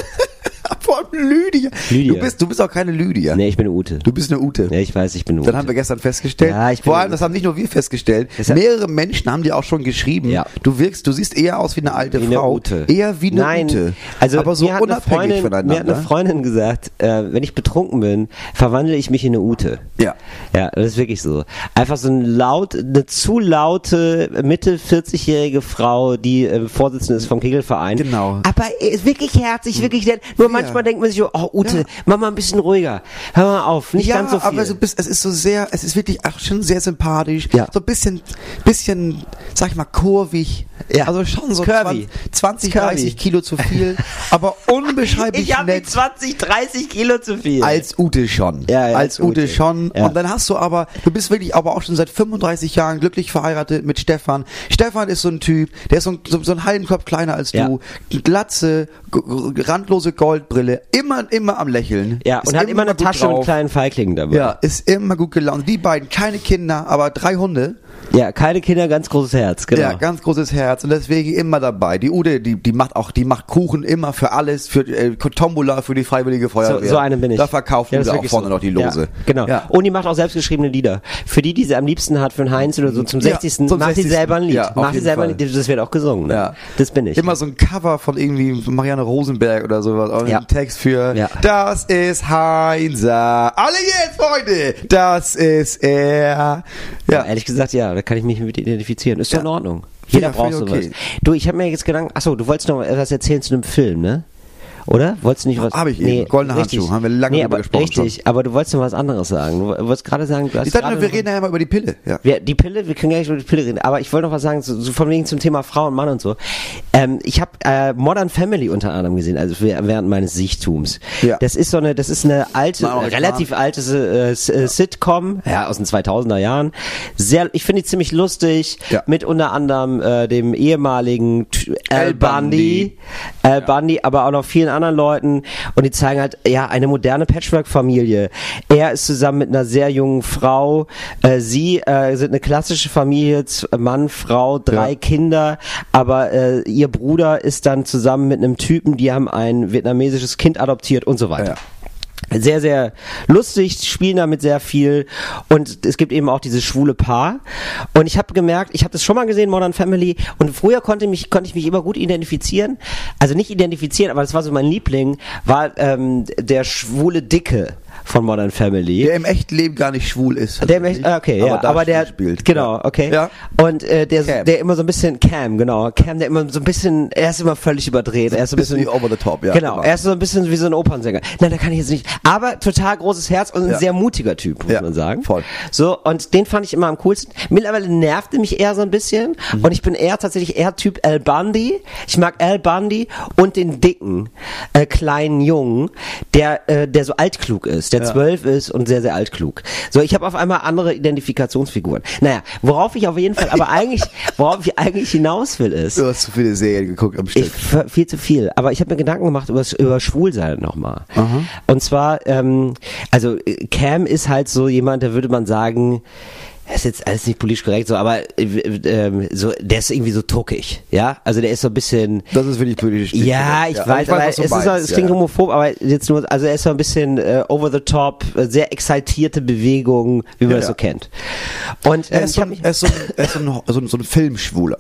Vor allem Lydia. Lydia. Du bist, du bist auch keine Lydia. Nee, ich bin Ute. Du bist eine Ute. Ja, ich weiß, ich bin eine Ute. Dann haben wir gestern festgestellt, ja, ich bin vor allem, das haben nicht nur wir festgestellt, Deshalb mehrere Menschen haben dir auch schon geschrieben, ja. du wirkst, du siehst eher aus wie eine alte wie Frau. Eine Ute. Eher wie eine Nein. Ute. Also, aber so mir hat unabhängig eine Freundin, voneinander. Mir hat eine Freundin gesagt, äh, wenn ich betrunken bin, verwandle ich mich in eine Ute. Ja. Ja, das ist wirklich so. Einfach so ein laut, eine zu laute, Mitte vierzigjährige Frau, die äh, Vorsitzende ist vom Kegelverein. Genau. Aber ist wirklich herzig, wirklich nett. Nur ja. manchmal denkt man sich, oh Ute, ja. mach mal ein bisschen ruhiger. Hör mal auf, nicht ja, ganz so viel. aber so bist, es ist so sehr, es ist wirklich auch schon sehr sympathisch. Ja. So ein bisschen, bisschen, sag ich mal, kurvig. Ja. Also schon so Curvy. zwanzig, Curvy. dreißig Kilo zu viel, aber unbeschreiblich Ich habe nett. zwanzig, dreißig Kilo zu viel. Als Ute schon. Ja, ja, als, als Ute, Ute schon. Ja. Und dann hast du aber, du bist wirklich aber auch schon seit fünfunddreißig Jahren glücklich verheiratet mit Stefan. Stefan ist so ein Typ, der ist so, ein, so, so einen halben Kopf kleiner als ja. du. Glatze, g- randlose Goldbrille, immer, immer am Lächeln. Ja, ist und hat immer eine Tasche drauf. und einen kleinen Feigling dabei. Ja, ist immer gut gelaunt. Die beiden, keine Kinder, aber drei Hunde. Ja, keine Kinder, ganz großes Herz, genau. Ja, ganz großes Herz und deswegen immer dabei. Die Ute, die, die macht auch, die macht Kuchen immer für alles, für äh, Tombola, für die Freiwillige Feuerwehr. So, so eine bin ich. Da verkauft ja, Ute auch vorne so. noch die Lose. Ja, genau. Ja. Und die macht auch selbstgeschriebene Lieder. Für die, die sie am liebsten hat, für einen Heinz oder so zum Ja, sechzigsten zum macht sie sechzigsten selber ein Lied. Ja, auf macht sie jeden selber ein Fall. Lied. Das wird auch gesungen. Ne? Ja. Das bin ich. Immer so ein Cover von irgendwie Marianne Rosenberg oder sowas. Auch Ja. ein Text für Ja. Das ist Heinzer. Alle jetzt, Freunde! Das ist er. Ja, Ja. ehrlich gesagt, ja, da kann ich mich mit identifizieren. Ist doch Ja. in Ordnung. Jeder Ja, braucht finde ich sowas. okay. Du, ich habe mir jetzt Gedanken, achso, du wolltest noch was erzählen zu einem Film, ne? Oder? Wolltest du nicht was? Hab ich eben. Goldene Handschuhe. Haben wir lange nee, drüber aber gesprochen Richtig, schon. aber du wolltest noch was anderes sagen. Du wolltest gerade sagen, du hast Ich dachte, gerade wir reden ja mal über die Pille. Ja. Wir, die Pille, wir können gar nicht über die Pille reden, aber ich wollte noch was sagen, so, so von wegen zum Thema Frau und Mann und so. Ähm, ich habe äh, Modern Family unter anderem gesehen, also während meines Sichtums. Ja. Das ist so eine, das ist eine alte, Mal auch relativ alte äh, S- äh, Sitcom, ja, aus den zweitausender Jahren. Sehr, ich finde die ziemlich lustig, Ja. mit unter anderem äh, dem ehemaligen T- Al Al Bundy, Bundy. Al Bundy, aber auch noch vielen anderen Leuten. Und die zeigen halt, ja, eine moderne Patchwork-Familie. Er ist zusammen mit einer sehr jungen Frau. Äh, sie äh, sind eine klassische Familie, z- Mann, Frau, drei Ja. Kinder. Aber äh, ihr Bruder ist dann zusammen mit einem Typen, die haben ein vietnamesisches Kind adoptiert und so weiter. Ja. Sehr, sehr lustig, spielen damit sehr viel und es gibt eben auch dieses schwule Paar und ich habe gemerkt, ich habe das schon mal gesehen, Modern Family, und früher konnte mich konnte ich mich immer gut identifizieren, also nicht identifizieren, aber das war so mein Liebling, war ähm, der schwule Dicke von Modern Family. Der im echten Leben gar nicht schwul ist. Der möchte, ah, okay, ja, da aber der, spielt. genau, Ja. okay. Ja. Und äh, der, Cam. der immer so ein bisschen, Cam, genau, Cam, der immer so ein bisschen, er ist immer völlig überdreht, er ist so ein Bisschen bisschen, wie over the top, ja, Genau, genau. er ist so ein bisschen wie so ein Opernsänger. Nein, da kann ich jetzt nicht, aber total großes Herz und ein Ja. sehr mutiger Typ, muss Ja, man sagen. voll. So, und den fand ich immer am coolsten. Mittlerweile nervte mich eher so ein bisschen Mhm. und ich bin eher tatsächlich eher Typ Al Bundy. Ich mag Al Bundy und den dicken, äh, kleinen Jungen, der, äh, der so altklug ist, der Ja. zwölf ist und sehr, sehr altklug. So, ich habe auf einmal andere Identifikationsfiguren. Naja, worauf ich auf jeden Fall, aber eigentlich, worauf ich eigentlich hinaus will, ist, Du hast zu viele Serien geguckt am Stück. ich, f- viel zu viel. Aber ich habe mir Gedanken gemacht über, über Schwulsein nochmal. Und zwar, ähm, also äh, Cam ist halt so jemand, der würde man sagen, das ist jetzt alles nicht politisch korrekt so, aber äh, ähm, so, der ist irgendwie so tuckig, ja? Also der ist so ein bisschen, Das ist wirklich politisch. ja, ich aber weiß, aber was du es, ist, so- meinst, es klingt ja. homophob, aber jetzt nur, also er ist so ein bisschen äh, over the top, äh, sehr exaltierte Bewegungen, wie man Ja, das so ja. kennt. Und Er ähm, ist ich so habe ein, mich er ist so ein, er ist so ein, so ein, so ein Filmschwuler.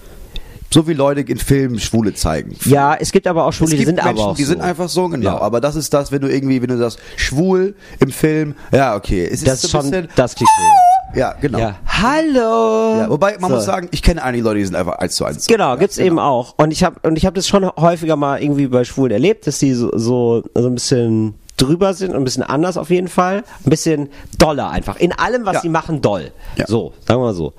So wie Leute in Filmen Schwule zeigen. ja, es gibt aber auch Schwule, Es die gibt sind Menschen, aber auch die so. sind einfach so, genau. Ja. Aber das ist das, wenn du irgendwie, wenn du sagst, schwul im Film, ja, okay. Es Das ist ist so ein schon bisschen, das Klischee. ja, genau. Ja. Hallo! Ja, wobei, man So. muss sagen, ich kenne einige Leute, die sind einfach eins zu eins. Genau, ja, gibt's eben auch. Und ich habe und ich habe das schon häufiger mal irgendwie bei Schwulen erlebt, dass die so so, so ein bisschen drüber sind und ein bisschen anders auf jeden Fall. Ein bisschen doller einfach. In allem, was Ja. sie machen, doll. Ja. So, sagen wir mal so.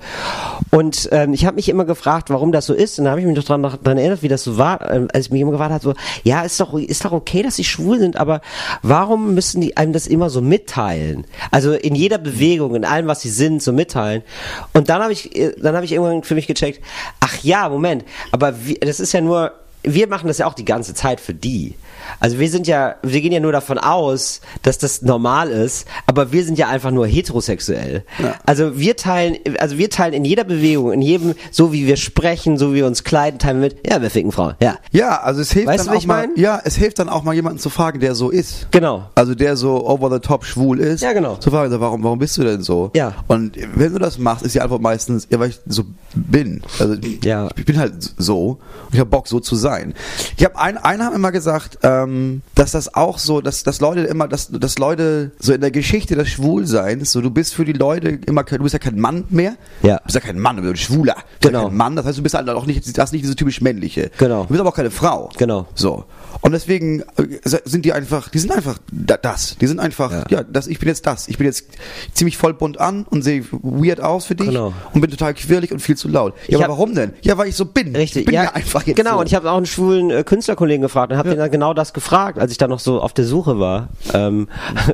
Und ähm, ich habe mich immer gefragt, warum das so ist. Und da habe ich mich doch dran, dran erinnert, wie das so war, ähm, als ich mich immer gefragt habe, so, ja, ist doch, ist doch okay, dass sie schwul sind, aber warum müssen die einem das immer so mitteilen? Also in jeder Bewegung, in allem, was sie sind, so mitteilen. Und dann habe ich, äh, dann habe ich irgendwann für mich gecheckt, ach ja, Moment, aber wie, das ist ja nur, wir machen das ja auch die ganze Zeit für die. Also wir sind ja, wir gehen ja nur davon aus, dass das normal ist, aber wir sind ja einfach nur heterosexuell. Ja. Also wir teilen, also wir teilen in jeder Bewegung, in jedem, so wie wir sprechen, so wie wir uns kleiden, teilen wir mit, ja, wir ficken Frauen, ja. Ja, also es hilft Weißt dann du, was auch ich mal, mein? ja, es hilft dann auch mal jemanden zu fragen, der so ist. Genau. Also der so over the top schwul ist. Ja, genau. Zu fragen, so, warum, warum bist du denn so? Ja. Und wenn du das machst, ist die Antwort meistens, ja, weil ich so bin. Also Ja. ich bin halt so und ich habe Bock, so zu sein. Ich habe ein, einer haben immer gesagt, ähm, dass das auch so, dass, dass Leute immer, dass, dass Leute so in der Geschichte des Schwulseins, so du bist für die Leute immer, kein- du bist ja kein Mann mehr. Ja. Du bist ja kein Mann, du bist ein Schwuler. Du bist Genau. ja kein Mann, das heißt, du bist halt auch nicht, das nicht diese typisch männliche. Genau. Du bist aber auch keine Frau. Genau. So. Und deswegen äh, sind die einfach, die sind einfach da- das. Die sind einfach, ja, Ja. das, ich bin jetzt das. Ich bin jetzt ziemlich voll bunt an und sehe weird aus für dich Genau. und bin total quirlig und viel zu laut. Ja, Ich aber hab- warum denn? Ja, weil ich so bin. Richtig, Ich bin ja, einfach jetzt genau. so. Und ich habe auch einen schwulen äh, Künstlerkollegen gefragt und habe den dann genau das gefragt, als ich dann noch so auf der Suche war. Ähm,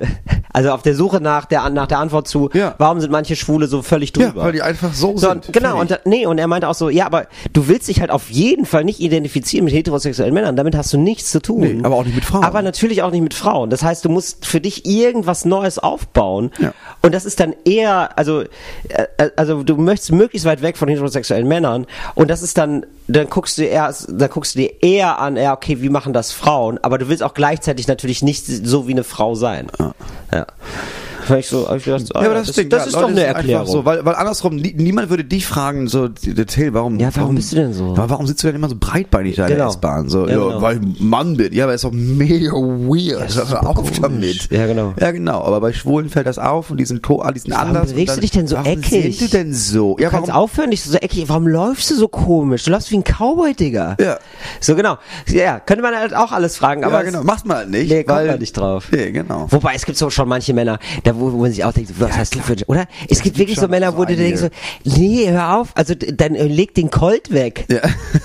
also auf der Suche nach der nach der Antwort zu, Ja. warum sind manche Schwule so völlig Ja, drüber? weil die einfach so, So, sind. und, genau, Fertig. und da, nee, und er meinte auch so, ja, aber du willst dich halt auf jeden Fall nicht identifizieren mit heterosexuellen Männern, damit hast du nichts zu tun. Nee, aber auch nicht mit Frauen. Aber natürlich auch nicht mit Frauen. Das heißt, du musst für dich irgendwas Neues aufbauen. Ja. Und das ist dann eher, also, äh, also du möchtest möglichst weit weg von heterosexuellen Männern. Und das ist dann, dann guckst du erst, da guckst du dir eher an, ja, okay, wie machen das Frauen? Aber du willst auch gleichzeitig natürlich nicht so wie eine Frau sein. Ja. ja. Fand ich so, hab ich gedacht, ah, Ja, aber ja, das, das, Ding, das ja, ist Leute doch eine sind einfach Erklärung. So, weil, weil andersrum, nie, niemand würde dich fragen, so, Till, warum, Ja, warum bist du denn so? Warum, warum sitzt du denn immer so breitbeinig da in der Genau. S-Bahn? So, Ja, ja, genau. weil ich Mann bin. Ja, aber ist doch mega weird. Ja, Hör auf damit. Ja, genau. Ja, genau. Aber bei Schwulen fällt das auf und die sind, to- die sind Warum anders. bewegst und du dich denn so warum eckig? sind du denn so? Ja, Du kannst warum? aufhören, nicht so eckig. Warum läufst du so komisch? Du läufst wie ein Cowboy, Digga. Ja. So, genau. Ja, könnte man halt auch alles fragen, aber Ja, genau. Macht man halt nicht. Nee, kommt weil, man nicht drauf. Nee, genau. Wobei, es gibt so schon manche Männer, da wo, wo man sich auch denkt, was hast du für, oder? Es gibt gibt wirklich so schon Männer, so wo du einige. denkst so, nee, hör auf, also d- dann äh, leg den Colt weg. Ja,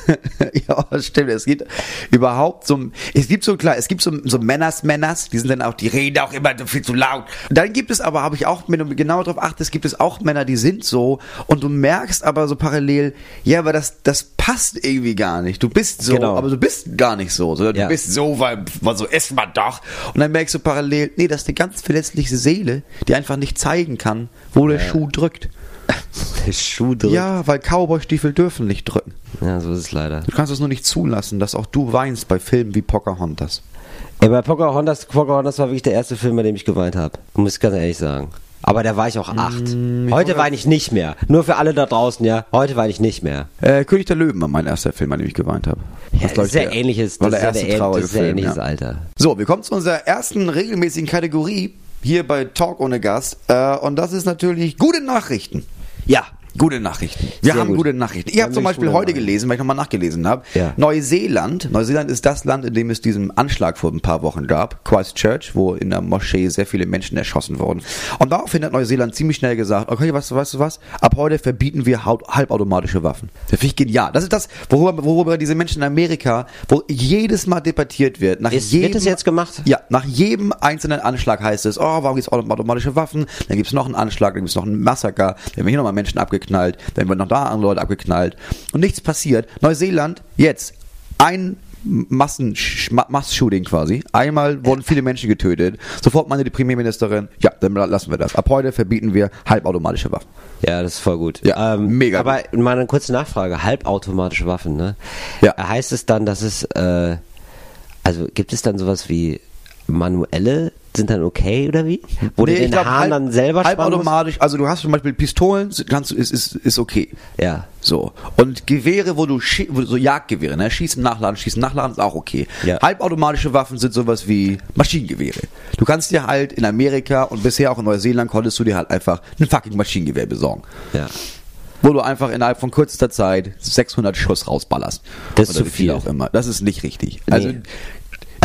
ja, das stimmt. Es gibt überhaupt so, es gibt so, klar, es gibt so, so Männers, Männers, die sind dann auch, die reden auch immer viel zu laut. Dann gibt es aber, habe ich auch, wenn du genau darauf achtest, gibt es auch Männer, die sind so und du merkst aber so parallel, ja, aber das, das passt irgendwie gar nicht. Du bist so, Genau. aber du bist gar nicht so, sondern Ja. du bist so, weil, weil so ist man doch. Und dann merkst du parallel, nee, das ist eine ganz verletzliche Seele, die einfach nicht zeigen kann, wo der Schuh drückt. Der Schuh drückt. Ja, weil Cowboy-Stiefel dürfen nicht drücken. Ja, so ist es leider. Du kannst es nur nicht zulassen, dass auch du weinst bei Filmen wie Pocahontas. Ja, bei Pocahontas, Pocahontas war wirklich der erste Film, bei dem ich geweint habe. Muss ich ganz ehrlich sagen. Aber da war ich auch acht. Heute weine ich nicht mehr. Nur für alle da draußen, ja. Heute weine ich nicht mehr. Äh, König der Löwen war mein erster Film, an dem ich geweint habe. Ja, das ist sehr ähnliches, war das der ist ja erste der, traurige das ist sehr Film, ähnliches ja. Alter. So, wir kommen zu unserer ersten regelmäßigen Kategorie hier bei Talk ohne Gast. Äh, und das ist natürlich gute Nachrichten. Ja. Gute Nachrichten. Wir Sehr haben gut. gute Nachrichten. Ich Wir habe haben zum wirklich Beispiel gute heute Nachrichten. gelesen, weil ich nochmal nachgelesen habe. Ja. Neuseeland. Neuseeland ist das Land, in dem es diesen Anschlag vor ein paar Wochen gab. Christchurch, wo in der Moschee sehr viele Menschen erschossen wurden. Und daraufhin hat Neuseeland ziemlich schnell gesagt, okay, weißt du, weißt du was? Ab heute verbieten wir haut- halbautomatische Waffen. Das finde ich genial. Das ist das, worüber, worüber diese Menschen in Amerika, wo jedes Mal debattiert wird. Nach Ist, jedem, wird das jetzt gemacht? Ja, nach jedem einzelnen Anschlag heißt es, oh, warum gibt es automatische Waffen? Dann gibt es noch einen Anschlag, dann gibt es noch einen Massaker, dann werden hier nochmal Menschen abgeknallt, dann werden noch da andere Leute abgeknallt und nichts passiert. Neuseeland, jetzt, ein Massen, Mass-Shooting quasi. Einmal wurden viele Menschen getötet. Sofort meinte die Premierministerin, ja, dann lassen wir das. Ab heute verbieten wir halbautomatische Waffen. Ja, das ist voll gut. Ja, ähm, mega Aber mal eine kurze Nachfrage. Halbautomatische Waffen, ne? Ja. Heißt es dann, dass es, äh, also gibt es dann sowas wie manuelle sind dann okay oder wie? Wo Nee, du ich den glaub, Hahn halb- dann selber spannen musst? halbautomatisch, also du hast zum Beispiel Pistolen, kannst du, ist, ist, ist okay. Ja. So. Und Gewehre, wo du, schie- wo du so Jagdgewehre, ne? Schießen, nachladen, schießen, nachladen, ist auch okay. Ja. Halbautomatische Waffen sind sowas wie Maschinengewehre. Du kannst dir halt in Amerika und bisher auch in Neuseeland konntest du dir halt einfach ein fucking Maschinengewehr besorgen. Ja. Wo du einfach innerhalb von kürzester Zeit sechshundert Schuss rausballerst. Das ist Oder zu wie viel viel. auch immer. Das ist nicht richtig. Nee. Also,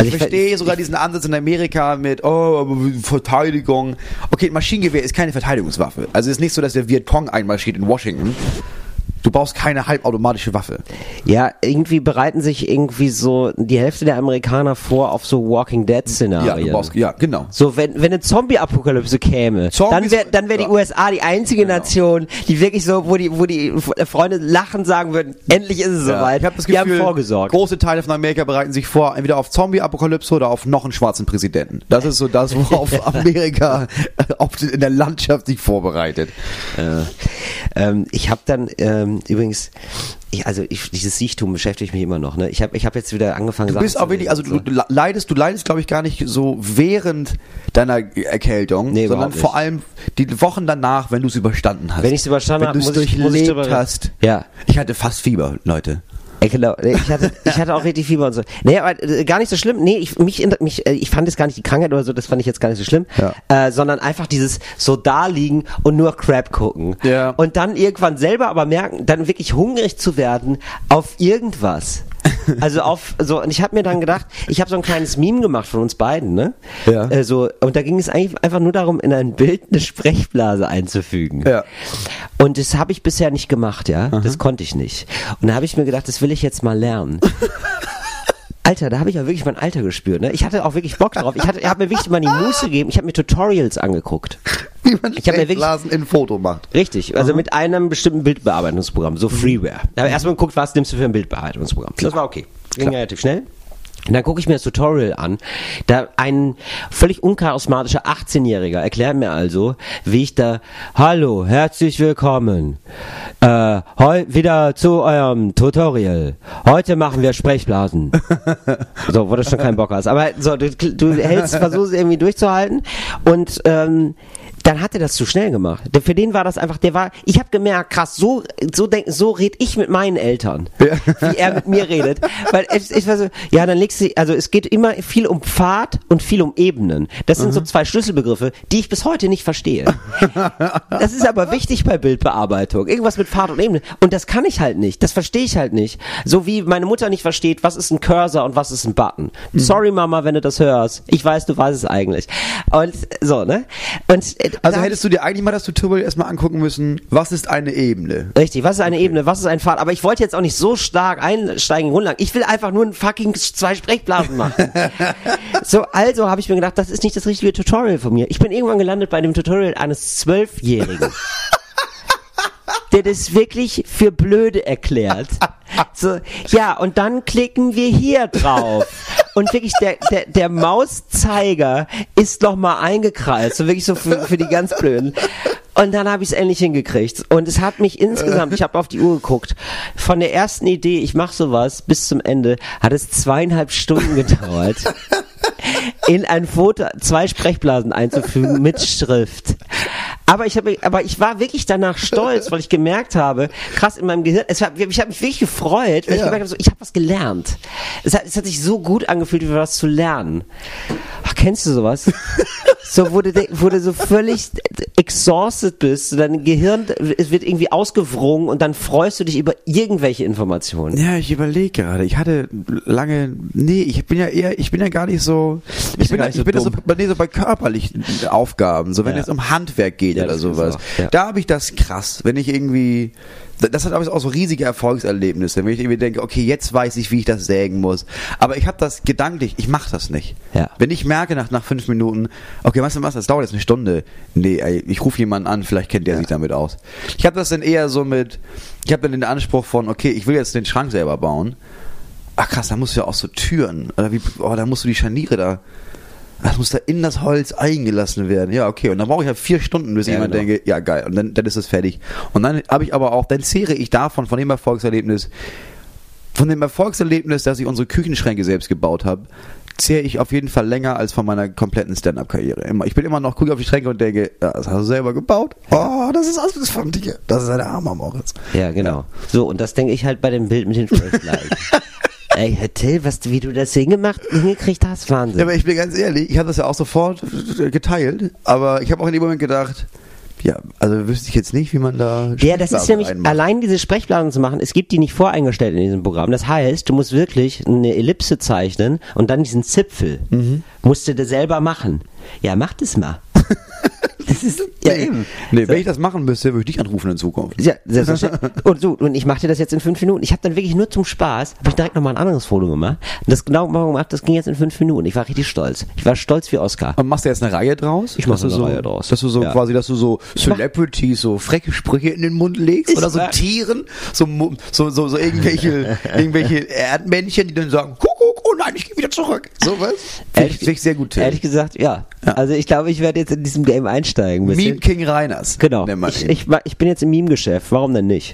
Also ich ich verstehe ich- sogar diesen Ansatz in Amerika mit, oh, aber Verteidigung. Okay, ein Maschinengewehr ist keine Verteidigungswaffe. Also es ist nicht so, dass der Vietcong einmarschiert in Washington. Du brauchst keine halbautomatische Waffe. Ja, irgendwie bereiten sich irgendwie so die Hälfte der Amerikaner vor auf so Walking Dead Szenarien. Ja, du brauchst, ja, genau. So, wenn, wenn eine Zombie-Apokalypse käme, Zombies- dann wäre dann wär die ja. U S A die einzige Genau. Nation, die wirklich so, wo die, wo die Freunde lachen sagen würden, endlich ist es Ja, soweit. ich habe das Wir haben Gefühl, vorgesorgt. große Teile von Amerika bereiten sich vor, entweder auf Zombie-Apokalypse oder auf noch einen schwarzen Präsidenten. Das ist so das, worauf Amerika auf, in der Landschaft sich vorbereitet. Äh, ähm, ich habe dann ähm, übrigens, ich, also ich, dieses Siechtum beschäftigt mich immer noch. Ne? Ich habe ich hab jetzt wieder angefangen. Du Sachen bist zu auch wirklich, also lesen, du, du leidest, du leidest, glaube ich, gar nicht so während deiner Erkältung, Nee, sondern überhaupt vor nicht. allem die Wochen danach, wenn du es überstanden hast. Wenn ich's überstanden wenn hab, du es muss ich- muss ich durchlebt drüber- hast. Ja. Ich hatte fast Fieber, Leute. Ja, genau. Nee, Ich hatte, ich hatte auch richtig Fieber und so. Nee, aber äh, gar nicht so schlimm. Nee, ich, mich, mich, äh, ich fand es gar nicht die Krankheit oder so, das fand ich jetzt gar nicht so schlimm. Ja. Äh, sondern einfach dieses so da liegen und nur Crap gucken. Ja. Und dann irgendwann selber aber merken, dann wirklich hungrig zu werden auf irgendwas. Also auf so, und ich habe mir dann gedacht, ich habe so ein kleines Meme gemacht von uns beiden, ne? Ja. Äh, so, und da ging es eigentlich einfach nur darum, in ein Bild eine Sprechblase einzufügen. Ja. Und das habe ich bisher nicht gemacht, ja. Das konnte ich nicht. Und da habe ich mir gedacht, das will ich jetzt mal lernen. Alter, da habe ich ja wirklich mein Alter gespürt, ne? Ich hatte auch wirklich Bock drauf. Ich hatte, ich habe mir wirklich mal die Muße gegeben. Ich habe mir Tutorials angeguckt. Wie man Ich hab mir wirklich- Sprechblasen in Foto macht. Richtig, also mit einem bestimmten Bildbearbeitungsprogramm, so Freeware. Da habe ich erstmal geguckt, was nimmst du für ein Bildbearbeitungsprogramm. Das war okay. Ging relativ schnell. Und dann gucke ich mir das Tutorial an. Da ein völlig uncharismatischer achtzehnjähriger erklärt mir also, wie ich da, hallo, herzlich willkommen, äh, heu, wieder zu eurem Tutorial. Heute machen wir Sprechblasen. So, wo du schon keinen Bock hast. Aber so, du, du hältst, versuchst irgendwie durchzuhalten und, ähm, dann hat er das zu schnell gemacht. Der- Für den war das einfach, der war, ich habe gemerkt, krass, so so denk, so red ich mit meinen Eltern, wie er mit mir redet, weil es, ich war so, ja, dann legst du, also es geht immer viel um Pfad und viel um Ebenen. Das sind so zwei Schlüsselbegriffe, die ich bis heute nicht verstehe. Das ist aber wichtig bei Bildbearbeitung, irgendwas mit Pfad und Ebenen, und das kann ich halt nicht, das verstehe ich halt nicht. So wie meine Mutter nicht versteht, was ist ein Cursor und was ist ein Button. Sorry Mama, wenn du das hörst. Ich weiß, du weißt es eigentlich. Und so, ne? Und äh, Also da- hättest du dir eigentlich mal das Tutorial erstmal angucken müssen, was ist eine Ebene? Richtig, was ist eine Ebene, was ist ein Pfad? Aber ich wollte jetzt auch nicht so stark einsteigen in Grundlagen. Ich will einfach nur ein fucking zwei Sprechblasen machen. So, also habe ich mir gedacht, das ist nicht das richtige Tutorial von mir. Ich bin irgendwann gelandet bei dem Tutorial eines Zwölfjährigen, der das wirklich für blöde erklärt. So, ja, und dann klicken wir hier drauf. Und wirklich, der, der, der Mauszeiger ist noch mal eingekreist. So wirklich so für, für die ganz Blöden. Und dann habe ich es endlich hingekriegt. Und es hat mich insgesamt, ich habe auf die Uhr geguckt, von der ersten Idee, ich mache sowas, bis zum Ende, hat es zweieinhalb Stunden gedauert, in ein Foto zwei Sprechblasen einzufügen mit Schrift. Aber ich habe, aber ich war wirklich danach stolz, weil ich gemerkt habe, krass in meinem Gehirn, es war, ich habe mich wirklich gefreut, weil ich Ja. gemerkt habe, so, ich habe was gelernt. Es hat, es hat sich so gut angefühlt, wie was zu lernen. Ach, kennst du sowas? So, wo du, de- wo du so völlig exhausted bist, so dein Gehirn, es wird irgendwie ausgewrungen und dann freust du dich über irgendwelche Informationen. Ja, ich überlege gerade. Ich hatte lange, nee, ich bin ja eher, ich bin ja gar nicht so, ich bin, gar ja, nicht ich so bin ja so dumm. bei, nee, so bei körperlichen Aufgaben, so wenn Ja. es um Handwerk geht Ja, oder das ist sowas. auch, ja. Da habe ich das krass, wenn ich irgendwie, das hat aber auch so riesige Erfolgserlebnisse, wenn ich irgendwie denke, okay, jetzt weiß ich, wie ich das sägen muss. Aber ich habe das gedanklich, ich mache das nicht. Ja. Wenn ich merke nach, nach fünf Minuten, okay, was du machst, das dauert jetzt eine Stunde. Nee, ey, ich rufe jemanden an, vielleicht kennt der sich damit aus. Ich habe das dann eher so mit, ich habe dann den Anspruch von, okay, ich will jetzt den Schrank selber bauen. Ach krass, da musst du ja auch so Türen, oder wie, oh, da musst du die Scharniere da, das muss da in das Holz eingelassen werden. Ja, okay. Und dann brauche ich halt vier Stunden, bis Ja, jemand genau. denke, ja geil. Und dann, dann ist es fertig. Und dann habe ich aber auch, dann zehre ich davon, von dem Erfolgserlebnis, von dem Erfolgserlebnis, dass ich unsere Küchenschränke selbst gebaut habe, zehre ich auf jeden Fall länger als von meiner kompletten Stand-Up-Karriere. Immer. Ich bin immer noch, gucke auf die Schränke und denke, ja, das hast du selber gebaut? Oh, das ist alles von dir. Das ist ein armer Moritz. Ja, genau. So, und das denke ich halt bei dem Bild mit den Sprechblasen. Ey, Herr Till, was, wie du das hingemacht, hingekriegt hast, Wahnsinn. Ja, aber ich bin ganz ehrlich, ich habe das ja auch sofort geteilt, aber ich habe auch in dem Moment gedacht, Ja, also wüsste ich jetzt nicht, wie man da... Ja, das ist Sprechblasen nämlich, reinmacht. allein diese Sprechblasen zu machen, es gibt die nicht voreingestellt in diesem Programm. Das heißt, du musst wirklich eine Ellipse zeichnen und dann diesen Zipfel. Mhm. Musst du dir selber machen. Ja, mach das mal. Das ist, ja eben. Nee, wenn ich das machen müsste, würde ich dich anrufen in Zukunft. Ja, selbstverständlich. Und so, und ich machte das jetzt in fünf Minuten. Ich habe dann wirklich nur zum Spaß, habe ich direkt nochmal ein anderes Foto gemacht. Und das genau gemacht, das ging jetzt in fünf Minuten. Ich war richtig stolz. Ich war stolz wie Oscar. Und machst du jetzt eine Reihe draus? Ich mach Dass du eine so, Reihe draus. Dass du so Ja. quasi, dass du so Celebrities, so freche Sprüche in den Mund legst Ich oder so mach- Tieren, so, mu- so, so, so irgendwelche, irgendwelche Erdmännchen, die dann sagen, Kuckuck, oh nein, ich gehe wieder zurück. Sowas? Finde ich, find ich sehr gut, Tim. Ehrlich gesagt, ja. Ja. Also ich glaube, ich werde jetzt in diesem Game einsteigen. ein bisschen. Meme King Reiners. Genau. nennt man Ich, ihn. ich, war- ich bin jetzt im Meme-Geschäft. Warum denn nicht?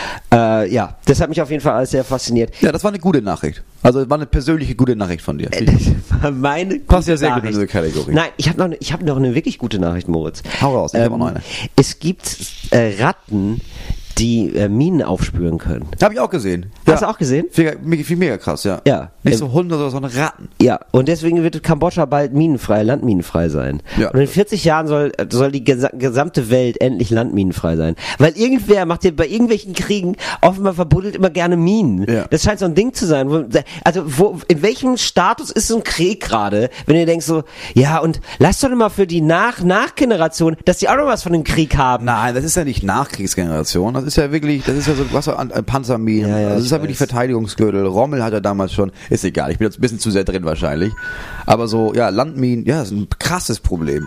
Äh, ja, das hat mich auf jeden Fall alles sehr fasziniert. Ja, das war eine gute Nachricht. Also war eine persönliche gute Nachricht von dir. Das war meine Passt ja gute sehr gut in Nachricht. diese Kategorie. Nein, ich habe noch, ne- ich hab noch eine wirklich gute Nachricht, Moritz. Hau raus, ich hab auch noch eine. Es gibt äh, Ratten, die äh, Minen aufspüren können. Habe ich auch gesehen. Hast du auch gesehen? Mega, mega, mega krass, ja. Ja. Nicht Ähm, so Hunde, sondern so eine Ratten. Ja, und deswegen wird Kambodscha bald minenfrei, landminenfrei sein. Ja. Und in vierzig Jahren soll, soll die gesa- gesamte Welt endlich landminenfrei sein. Weil irgendwer macht ja bei irgendwelchen Kriegen offenbar verbuddelt immer gerne Minen. Ja. Das scheint so ein Ding zu sein. Wo, also wo, in welchem Status ist so ein Krieg gerade, wenn ihr denkst so, ja und lass doch mal für die Nach Nachgeneration, dass die auch noch was von dem Krieg haben. Nein, das ist ja nicht Nachkriegsgeneration. Das ist ja wirklich, das ist ja so Wasser an an Panzerminen. Ja, ja, das ich ist ja wirklich weiß. Verteidigungsgürtel. Rommel hat er damals schon. Ist egal, ich bin jetzt ein bisschen zu sehr drin wahrscheinlich. Aber so, ja, Landminen, ja, das ist ein krasses Problem.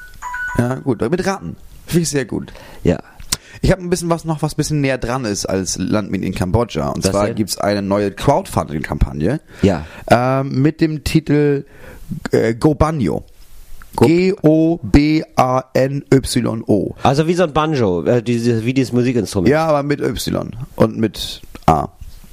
Ja, gut, mit Ratten. Finde ich sehr gut. Ja. Ich habe ein bisschen was noch, was ein bisschen näher dran ist als Landminen in Kambodscha. Und Was zwar denn? gibt's eine neue Crowdfunding-Kampagne. Ja. Ähm, mit dem Titel äh, Go Banyo. Go- G O B A N Y O. Also wie so ein Banjo, äh, diese, wie dieses Musikinstrument. Ja, aber mit Y und mit A.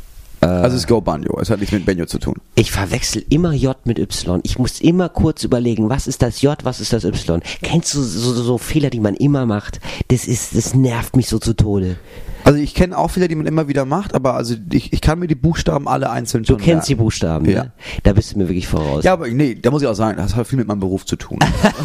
Also es ist Go Banyo. Es hat nichts mit Banjo zu tun. Ich verwechsel immer J mit Y. Ich muss immer kurz überlegen, was ist das J, was ist das Y. Kennst du so, so, so Fehler, die man immer macht? Das ist, das nervt mich so zu Tode. Also ich kenne auch viele, die man immer wieder macht, aber also ich, ich kann mir die Buchstaben alle einzeln Du schon kennst die merken. Buchstaben, ne? Ja. Da bist du mir wirklich voraus. Ja, aber nee, da muss ich auch sagen, das hat viel mit meinem Beruf zu tun.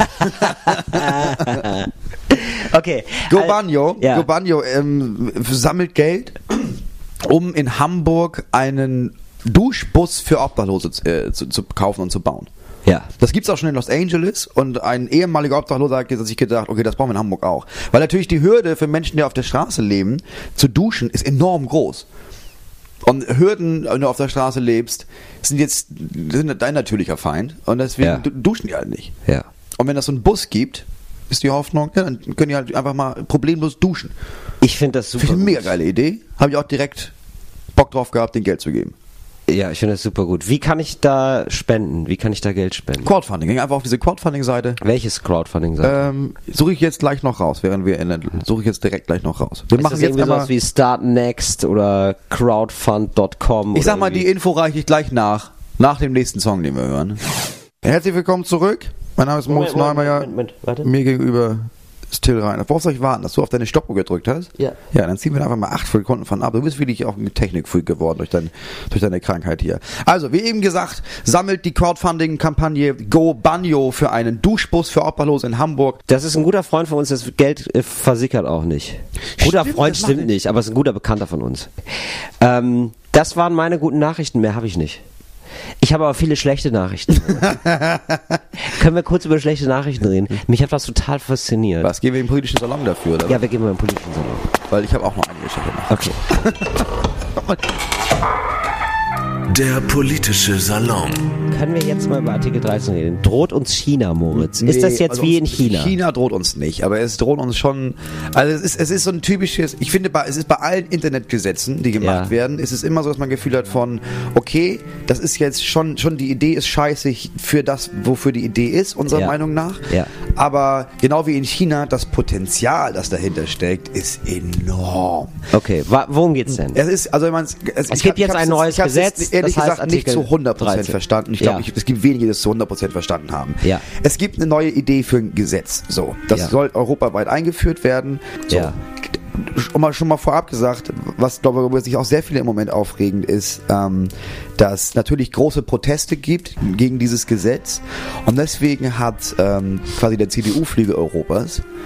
Okay. Go Al- Banyo, ja. Go Banyo ähm, sammelt Geld, um in Hamburg einen Duschbus für Obdachlose äh, zu, zu kaufen und zu bauen. Ja. Das gibt's auch schon in Los Angeles und ein ehemaliger Obdachloser hat sich gedacht, okay, das brauchen wir in Hamburg auch. Weil natürlich die Hürde für Menschen, die auf der Straße leben, zu duschen, ist enorm groß. Und Hürden, wenn du auf der Straße lebst, sind jetzt sind dein natürlicher Feind und deswegen Ja. du- duschen die halt nicht. Ja. Und wenn das so einen Bus gibt, ist die Hoffnung, ja, dann können die halt einfach mal problemlos duschen. Ich finde das super. Finde ich eine mega gut. geile Idee. Habe ich auch direkt Bock drauf gehabt, den Geld zu geben. Ja, ich finde das super gut. Wie kann ich da spenden? Wie kann ich da Geld spenden? Crowdfunding, ging einfach auf diese Crowdfunding-Seite. Welches Crowdfunding sagt? Ähm, suche ich jetzt gleich noch raus, während wir in der, suche ich jetzt direkt gleich noch raus. Wir ist machen das jetzt irgendwie einmal, sowas wie Start Next oder crowdfund Punkt com? ich sag oder mal, die irgendwie? Info reiche ich gleich nach, nach dem nächsten Song, den wir hören. Herzlich willkommen zurück. Mein Name ist Moritz Moment, Moment, Neumeier. Moment, Moment, warte. Mir gegenüber ist Till Reiner. Worauf soll ich warten? Dass du auf deine Stoppuhr gedrückt hast? Ja. Ja, dann ziehen wir einfach mal acht Sekunden von ab. Du bist wirklich auch ein Technikfreak geworden durch, dein, durch deine Krankheit hier. Also, wie eben gesagt, sammelt die Crowdfunding-Kampagne Go Banyo für einen Duschbus für Obdachlose in Hamburg. Das ist ein guter Freund von uns, das Geld äh, versickert auch nicht. Guter Stimmt, Freund das macht stimmt er. nicht, aber ist ein guter Bekannter von uns. Ähm, das waren meine guten Nachrichten, mehr habe ich nicht. Ich habe aber viele schlechte Nachrichten. Können wir kurz über schlechte Nachrichten reden? Mich hat das total fasziniert. Was, gehen wir im politischen Salon dafür, oder? Ja, wir gehen mal im politischen Salon. Weil ich habe auch noch einige schlechte Nachrichten. Okay. Der politische Salon. Können wir jetzt mal über Artikel dreizehn reden? Droht uns China, Moritz? Ist das Nee, jetzt also wie in uns- China? China droht uns nicht, aber es droht uns schon. Also es ist, es ist so ein typisches. Ich finde, bei, es ist bei allen Internetgesetzen, die gemacht Ja. werden, ist es immer so, dass man ein Gefühl hat von, okay, das ist jetzt schon, schon die Idee ist scheiße für das, wofür die Idee ist, unserer Ja. Meinung nach. Ja. Aber genau wie in China, das Potenzial, das dahinter steckt, ist enorm. Okay, wa worum geht's denn? Es ist, also ich meine, es, Es gibt jetzt ein neues Gesetz, ehrlich das heißt gesagt nicht Artikel zu hundert Prozent dreizehn. verstanden. Ich glaube, Ja. ich, es gibt wenige, die das zu hundert Prozent verstanden haben. Ja. Es gibt eine neue Idee für ein Gesetz. So, das Ja. soll europaweit eingeführt werden. So. Ja. Schon mal, schon mal vorab gesagt, was glaube ich, worüber sich auch sehr viele im Moment aufregen, ist, ähm, dass natürlich große Proteste gibt gegen dieses Gesetz und deswegen hat ähm, quasi der C D U-Flügel Europas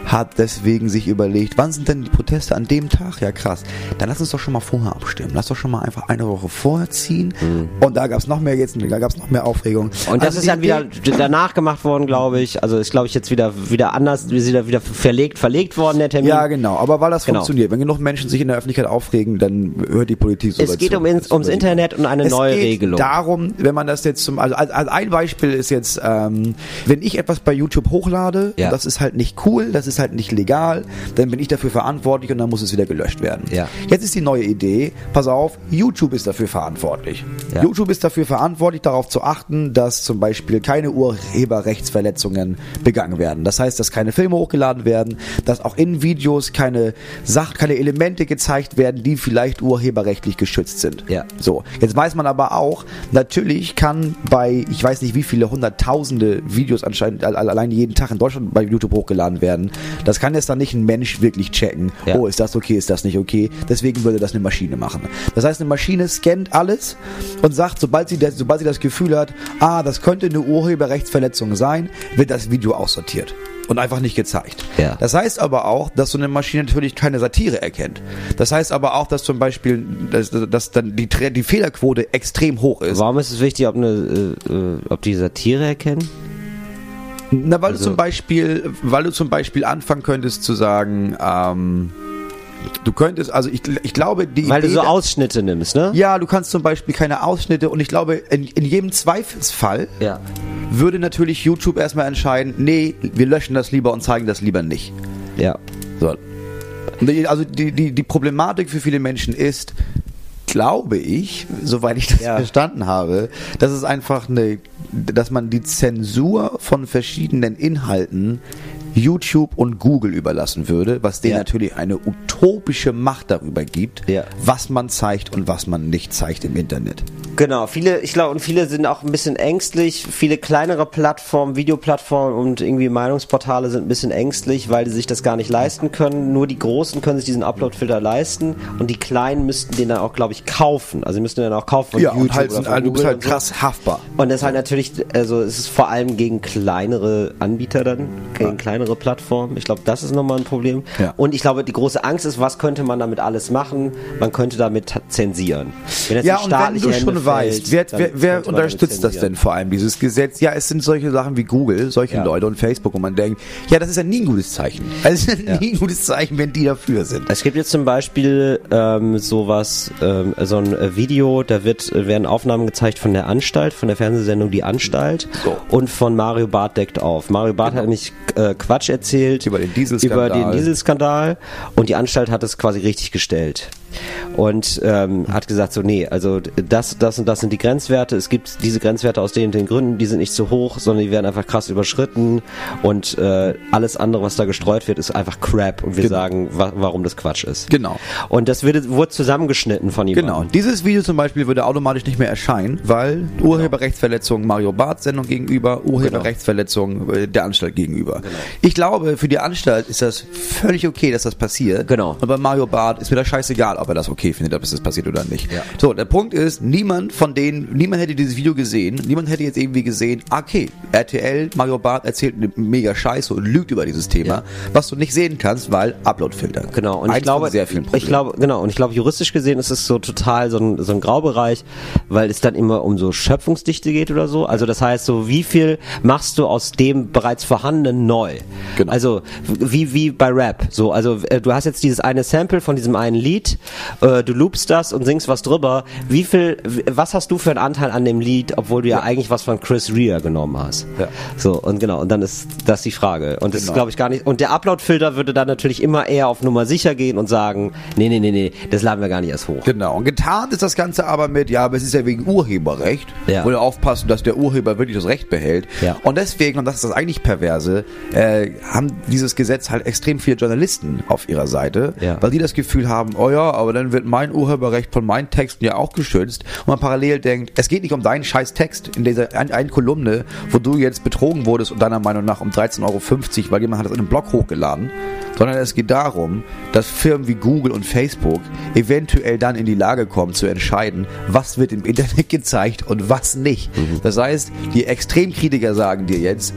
hat deswegen sich überlegt, wann sind denn die Proteste an dem Tag? Ja, krass. Dann lass uns doch schon mal vorher abstimmen. Lass doch schon mal einfach eine Woche vorher ziehen. Mhm. Und da gab es noch mehr jetzt, da gab es noch mehr Aufregung. Und das also ist dann wieder danach gemacht worden, glaube ich. Also ist, glaube ich, jetzt wieder wieder anders, wieder wieder verlegt, verlegt worden, der Termin. Ja, genau. Aber weil das genau. funktioniert. Wenn genug Menschen sich in der Öffentlichkeit aufregen, dann hört die Politik so Es dazu. geht um ins, ums Internet und eine es neue geht Regelung. Darum, wenn man das jetzt zum, also als, als ein Beispiel ist jetzt, ähm, wenn ich etwas bei YouTube hochlade, ja. und das ist halt nicht cool, das ist halt nicht legal, dann bin ich dafür verantwortlich und dann muss es wieder gelöscht werden. Ja. Jetzt ist die neue Idee, pass auf, YouTube ist dafür verantwortlich. Ja. YouTube ist dafür verantwortlich, darauf zu achten, dass zum Beispiel keine Urheberrechtsverletzungen begangen werden. Das heißt, dass keine Filme hochgeladen werden, dass auch in Videos keine Sachen, keine Elemente gezeigt werden, die vielleicht urheberrechtlich geschützt sind. Ja. So, jetzt weiß man aber auch, natürlich kann bei, ich weiß nicht wie viele hunderttausende Videos anscheinend allein jeden Tag in Deutschland bei YouTube hochgeladen werden, das kann jetzt dann nicht ein Mensch wirklich checken. Ja. Oh, ist das okay, ist das nicht okay? Deswegen würde das eine Maschine machen. Das heißt, eine Maschine scannt alles und sagt, sobald sie das, sobald sie das Gefühl hat, ah, das könnte eine Urheberrechtsverletzung sein, wird das Video aussortiert. Und einfach nicht gezeigt. Ja. Das heißt aber auch, dass so eine Maschine natürlich keine Satire erkennt. Das heißt aber auch, dass zum Beispiel, dass, dass dann die, die Fehlerquote extrem hoch ist. Warum ist es wichtig, ob, eine, äh, ob die Satire erkennen? Na, weil also, du zum Beispiel, weil du zum Beispiel anfangen könntest zu sagen, ähm, du könntest, also ich, ich glaube, die Weil Idee, du so Ausschnitte nimmst, ne? ja, du kannst zum Beispiel keine Ausschnitte und ich glaube, in, in jedem Zweifelsfall Ja. würde natürlich YouTube erstmal entscheiden, nee, wir löschen das lieber und zeigen das lieber nicht. Ja. So. Und die, also die, die, die Problematik für viele Menschen ist, glaube ich, soweit ich das Ja. verstanden habe, dass es einfach eine, dass man die Zensur von verschiedenen Inhalten YouTube und Google überlassen würde, was denen Ja. natürlich eine utopische Macht darüber gibt, Ja. was man zeigt und was man nicht zeigt im Internet. Genau, viele, ich glaube, und viele sind auch ein bisschen ängstlich. Viele kleinere Plattformen, Videoplattformen und irgendwie Meinungsportale sind ein bisschen ängstlich, weil die sich das gar nicht leisten können. Nur die Großen können sich diesen Uploadfilter leisten und die Kleinen müssten den dann auch, glaube ich, kaufen. Also sie müssten den dann auch kaufen von Ja, YouTube und halt, oder sind, von also du bist Google halt und so. krass haftbar. Und das ist halt natürlich, also es ist vor allem gegen kleinere Anbieter dann, gegen Ja. kleinere Plattformen. Ich glaube, das ist nochmal ein Problem. Ja. Und ich glaube, die große Angst ist, was könnte man damit alles machen? Man könnte damit ta- zensieren. Wenn jetzt Ja, in und wenn staatliche du Hände schon weißt, fällt, wer, dann wer, wer könnte man unterstützt damit das zensieren. denn vor allem, dieses Gesetz? Ja, es sind solche Sachen wie Google, solche Ja. Leute und Facebook, und man denkt, ja, das ist ja nie ein gutes Zeichen. Also es ist ja nie ein gutes Zeichen, wenn die dafür sind. Es gibt jetzt zum Beispiel ähm, sowas, ähm, so ein äh, Video, da wird, äh, werden Aufnahmen gezeigt von der Anstalt, von der Fernsehsendung Die Anstalt So. und von Mario Barth deckt auf. Mario Barth hat nämlich äh, Quatsch erzählt Über den Dieselskandal. über den Dieselskandal und die Anstalt hat es quasi richtig gestellt. Und ähm, hat gesagt so, nee, also das, das und das sind die Grenzwerte, es gibt diese Grenzwerte aus den und den Gründen, die sind nicht so hoch, sondern die werden einfach krass überschritten und äh, alles andere, was da gestreut wird, ist einfach Crap und wir Genau. sagen, wa warum das Quatsch ist. Genau. Und das wird, wurde zusammengeschnitten von ihm. Genau. Dieses Video zum Beispiel würde automatisch nicht mehr erscheinen, weil Urheberrechtsverletzung Mario Barth Sendung gegenüber, Urheberrechtsverletzung äh, der Anstalt gegenüber. Ich glaube, für die Anstalt ist das völlig okay, dass das passiert. Genau. Und bei Mario Barth ist mir das scheißegal, ob er das okay findet, ob es das passiert oder nicht. Ja. So, der Punkt ist, niemand von denen, niemand hätte dieses Video gesehen, niemand hätte jetzt irgendwie gesehen, okay, R T L, Mario Barth erzählt eine mega Scheiße und lügt über dieses Thema, Ja. was du nicht sehen kannst, weil Uploadfilter. Genau, und Eins ich glaube, von sehr vielen Problemen. ich glaube, genau, und ich glaube, juristisch gesehen ist es so total so ein, so ein Graubereich, weil es dann immer um so Schöpfungsdichte geht oder so. Also das heißt so, wie viel machst du aus dem bereits vorhandenen neu? Genau. Also wie wie bei Rap. So, also äh, du hast jetzt dieses eine Sample von diesem einen Lied, äh, du loopst das und singst was drüber. Wie viel, w- was hast du für einen Anteil an dem Lied, obwohl du ja, Ja. eigentlich was von Chris Rea genommen hast? Ja. So, und genau, und dann ist das die Frage. Und das Genau. ist, glaube ich, gar nicht. Und der Upload-Filter würde dann natürlich immer eher auf Nummer sicher gehen und sagen, nee, nee, nee, nee, das laden wir gar nicht erst hoch. Genau. Und getarnt ist das Ganze aber mit, ja, aber es ist ja wegen Urheberrecht. Ja. Wo wir aufpassen, dass der Urheber wirklich das Recht behält. Ja. Und deswegen, und das ist das eigentlich Perverse, äh, haben dieses Gesetz halt extrem viele Journalisten auf ihrer Seite, Ja. weil die das Gefühl haben, oh ja, aber dann wird mein Urheberrecht von meinen Texten ja auch geschützt. Und man parallel denkt, es geht nicht um deinen scheiß Text in dieser ein, einen Kolumne, wo du jetzt betrogen wurdest und deiner Meinung nach um dreizehn Euro fünfzig, weil jemand hat das in einem Blog hochgeladen, sondern es geht darum, dass Firmen wie Google und Facebook eventuell dann in die Lage kommen zu entscheiden, was wird im Internet gezeigt und was nicht. Das heißt, die Extremkritiker sagen dir jetzt,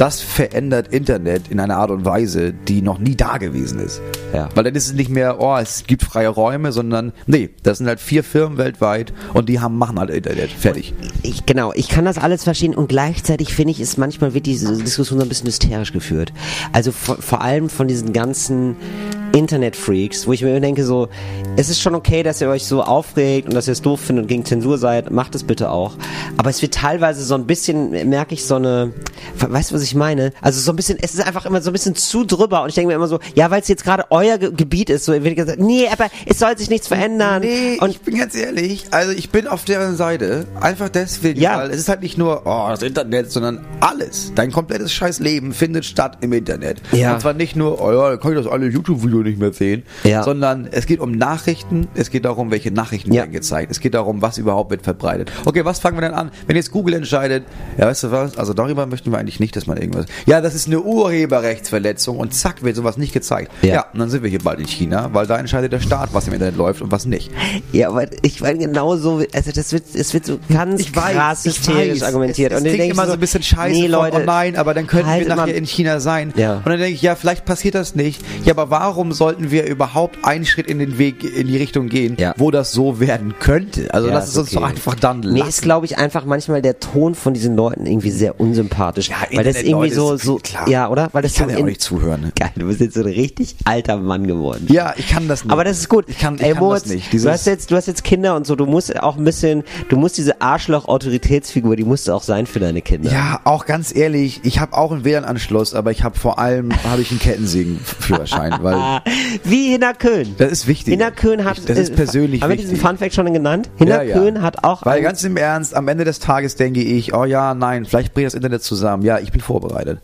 das verändert Internet in einer Art und Weise, die noch nie da gewesen ist. Ja. Weil dann ist es nicht mehr, oh, es gibt freie Räume, sondern, nee, das sind halt vier Firmen weltweit und die haben, machen halt Internet. Fertig. Ich, genau, ich kann das alles verstehen und gleichzeitig finde ich, ist manchmal wird diese Diskussion so ein bisschen hysterisch geführt. Also vor, vor allem von diesen ganzen Internet-Freaks, wo ich mir immer denke so, es ist schon okay, dass ihr euch so aufregt und dass ihr es doof findet und gegen Zensur seid, macht es bitte auch. Aber es wird teilweise so ein bisschen, merke ich so eine, weißt du, was ich meine? Also so ein bisschen, es ist einfach immer so ein bisschen zu drüber und ich denke mir immer so, ja, weil es jetzt gerade euer Ge- Gebiet ist, so wird gesagt, nee, aber es soll sich nichts verändern. Nee, und ich bin ganz ehrlich, also ich bin auf deren Seite, einfach deswegen, Ja. weil es ist halt nicht nur, oh, das Internet, sondern alles. Dein komplettes scheiß Leben findet statt im Internet. Ja. Und zwar nicht nur, oh ja, dann kann ich das alle YouTube-Video nicht mehr sehen, Ja. sondern es geht um Nachrichten, es geht darum, welche Nachrichten Ja. werden gezeigt, es geht darum, was überhaupt wird verbreitet. Okay, was fangen wir denn an? Wenn jetzt Google entscheidet, ja, weißt du was, also darüber möchten wir eigentlich nicht, dass man irgendwas, ja, das ist eine Urheberrechtsverletzung und zack, wird sowas nicht gezeigt. Ja. Ja, und dann sind wir hier bald in China, weil da entscheidet der Staat, was im Internet läuft und was nicht. Ja, aber ich meine genau so, also das wird, es wird so ganz Ich weiß, krass ich hysterisch weiß. argumentiert. Es, es und dann klingt denk ich immer so ein bisschen scheiße nee, von, Leute, oh nein, aber dann könnten halt wir nachher immer- in China sein. Ja. Und dann denke ich, ja, vielleicht passiert das nicht. Ja, aber warum sollten wir überhaupt einen Schritt in den Weg, in die Richtung gehen, Ja. wo das so werden könnte? Also Ja, lass es ist uns okay. doch einfach dann Mir lassen. ist, glaube ich, einfach manchmal der Ton von diesen Leuten irgendwie sehr unsympathisch. Ja, weil das irgendwie Internetleute so, ist so, klar. ja, oder? Weil das Ich kann so ja auch nicht zuhören, ne? Geil, du bist jetzt so ein richtig alter Mann geworden. Ja, ich kann das nicht. Aber das ist gut. Ich kann, ich Ey, kann Moritz, das nicht. du Dieses, hast jetzt, du hast jetzt Kinder und so, du musst auch ein bisschen, du musst diese Arschloch-Autoritätsfigur, die musst du auch sein für deine Kinder. ja, auch ganz ehrlich, ich habe auch einen W L A N-Anschluss, aber ich habe vor allem habe ich einen Kettensägen-Führerschein, weil Wie Hinner Köhn. das ist wichtig. Hinner Köhn hat, das ist äh, persönlich haben wir wichtig. diesen Funfact schon genannt? Hinner Ja, ja. Köhn hat auch Weil ein- ganz im Ernst, am Ende des Tages denke ich, oh ja, nein, vielleicht bricht das Internet zusammen. Ja, ich bin vorbereitet.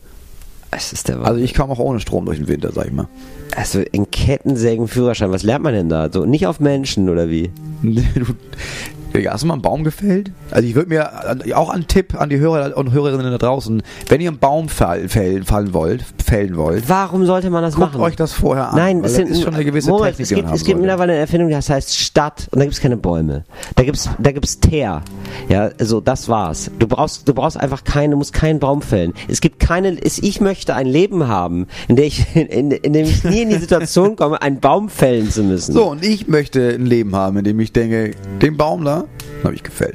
es ist der Also ich komme auch ohne Strom durch den Winter, sag ich mal. Also in Kettensägen-Führerschein, was lernt man denn da? So nicht auf Menschen oder wie? Du, Digga, hast du mal einen Baum gefällt? Also ich würde mir auch einen Tipp an die Hörer und Hörerinnen da draußen, wenn ihr einen Baum fall, fällen, fallen wollt, fällen wollt, Warum sollte man das guckt machen? euch das vorher an. Nein, weil es das sind, ist schon eine gewisse Moritz, Technik, es die gibt, man haben es gibt sollte. mittlerweile eine Erfindung, das heißt Stadt und da gibt es keine Bäume. Da gibt's, da gibt's Teer. Ja, also das war's. Du brauchst, du brauchst einfach keine, du musst keinen Baum fällen. Es gibt keine, es, ich möchte ein Leben haben, in der ich, in, in, in dem ich nie in die Situation komme, einen Baum fällen zu müssen. So, und ich möchte ein Leben haben, in dem ich denke, den Baum da, habe ich gefällt.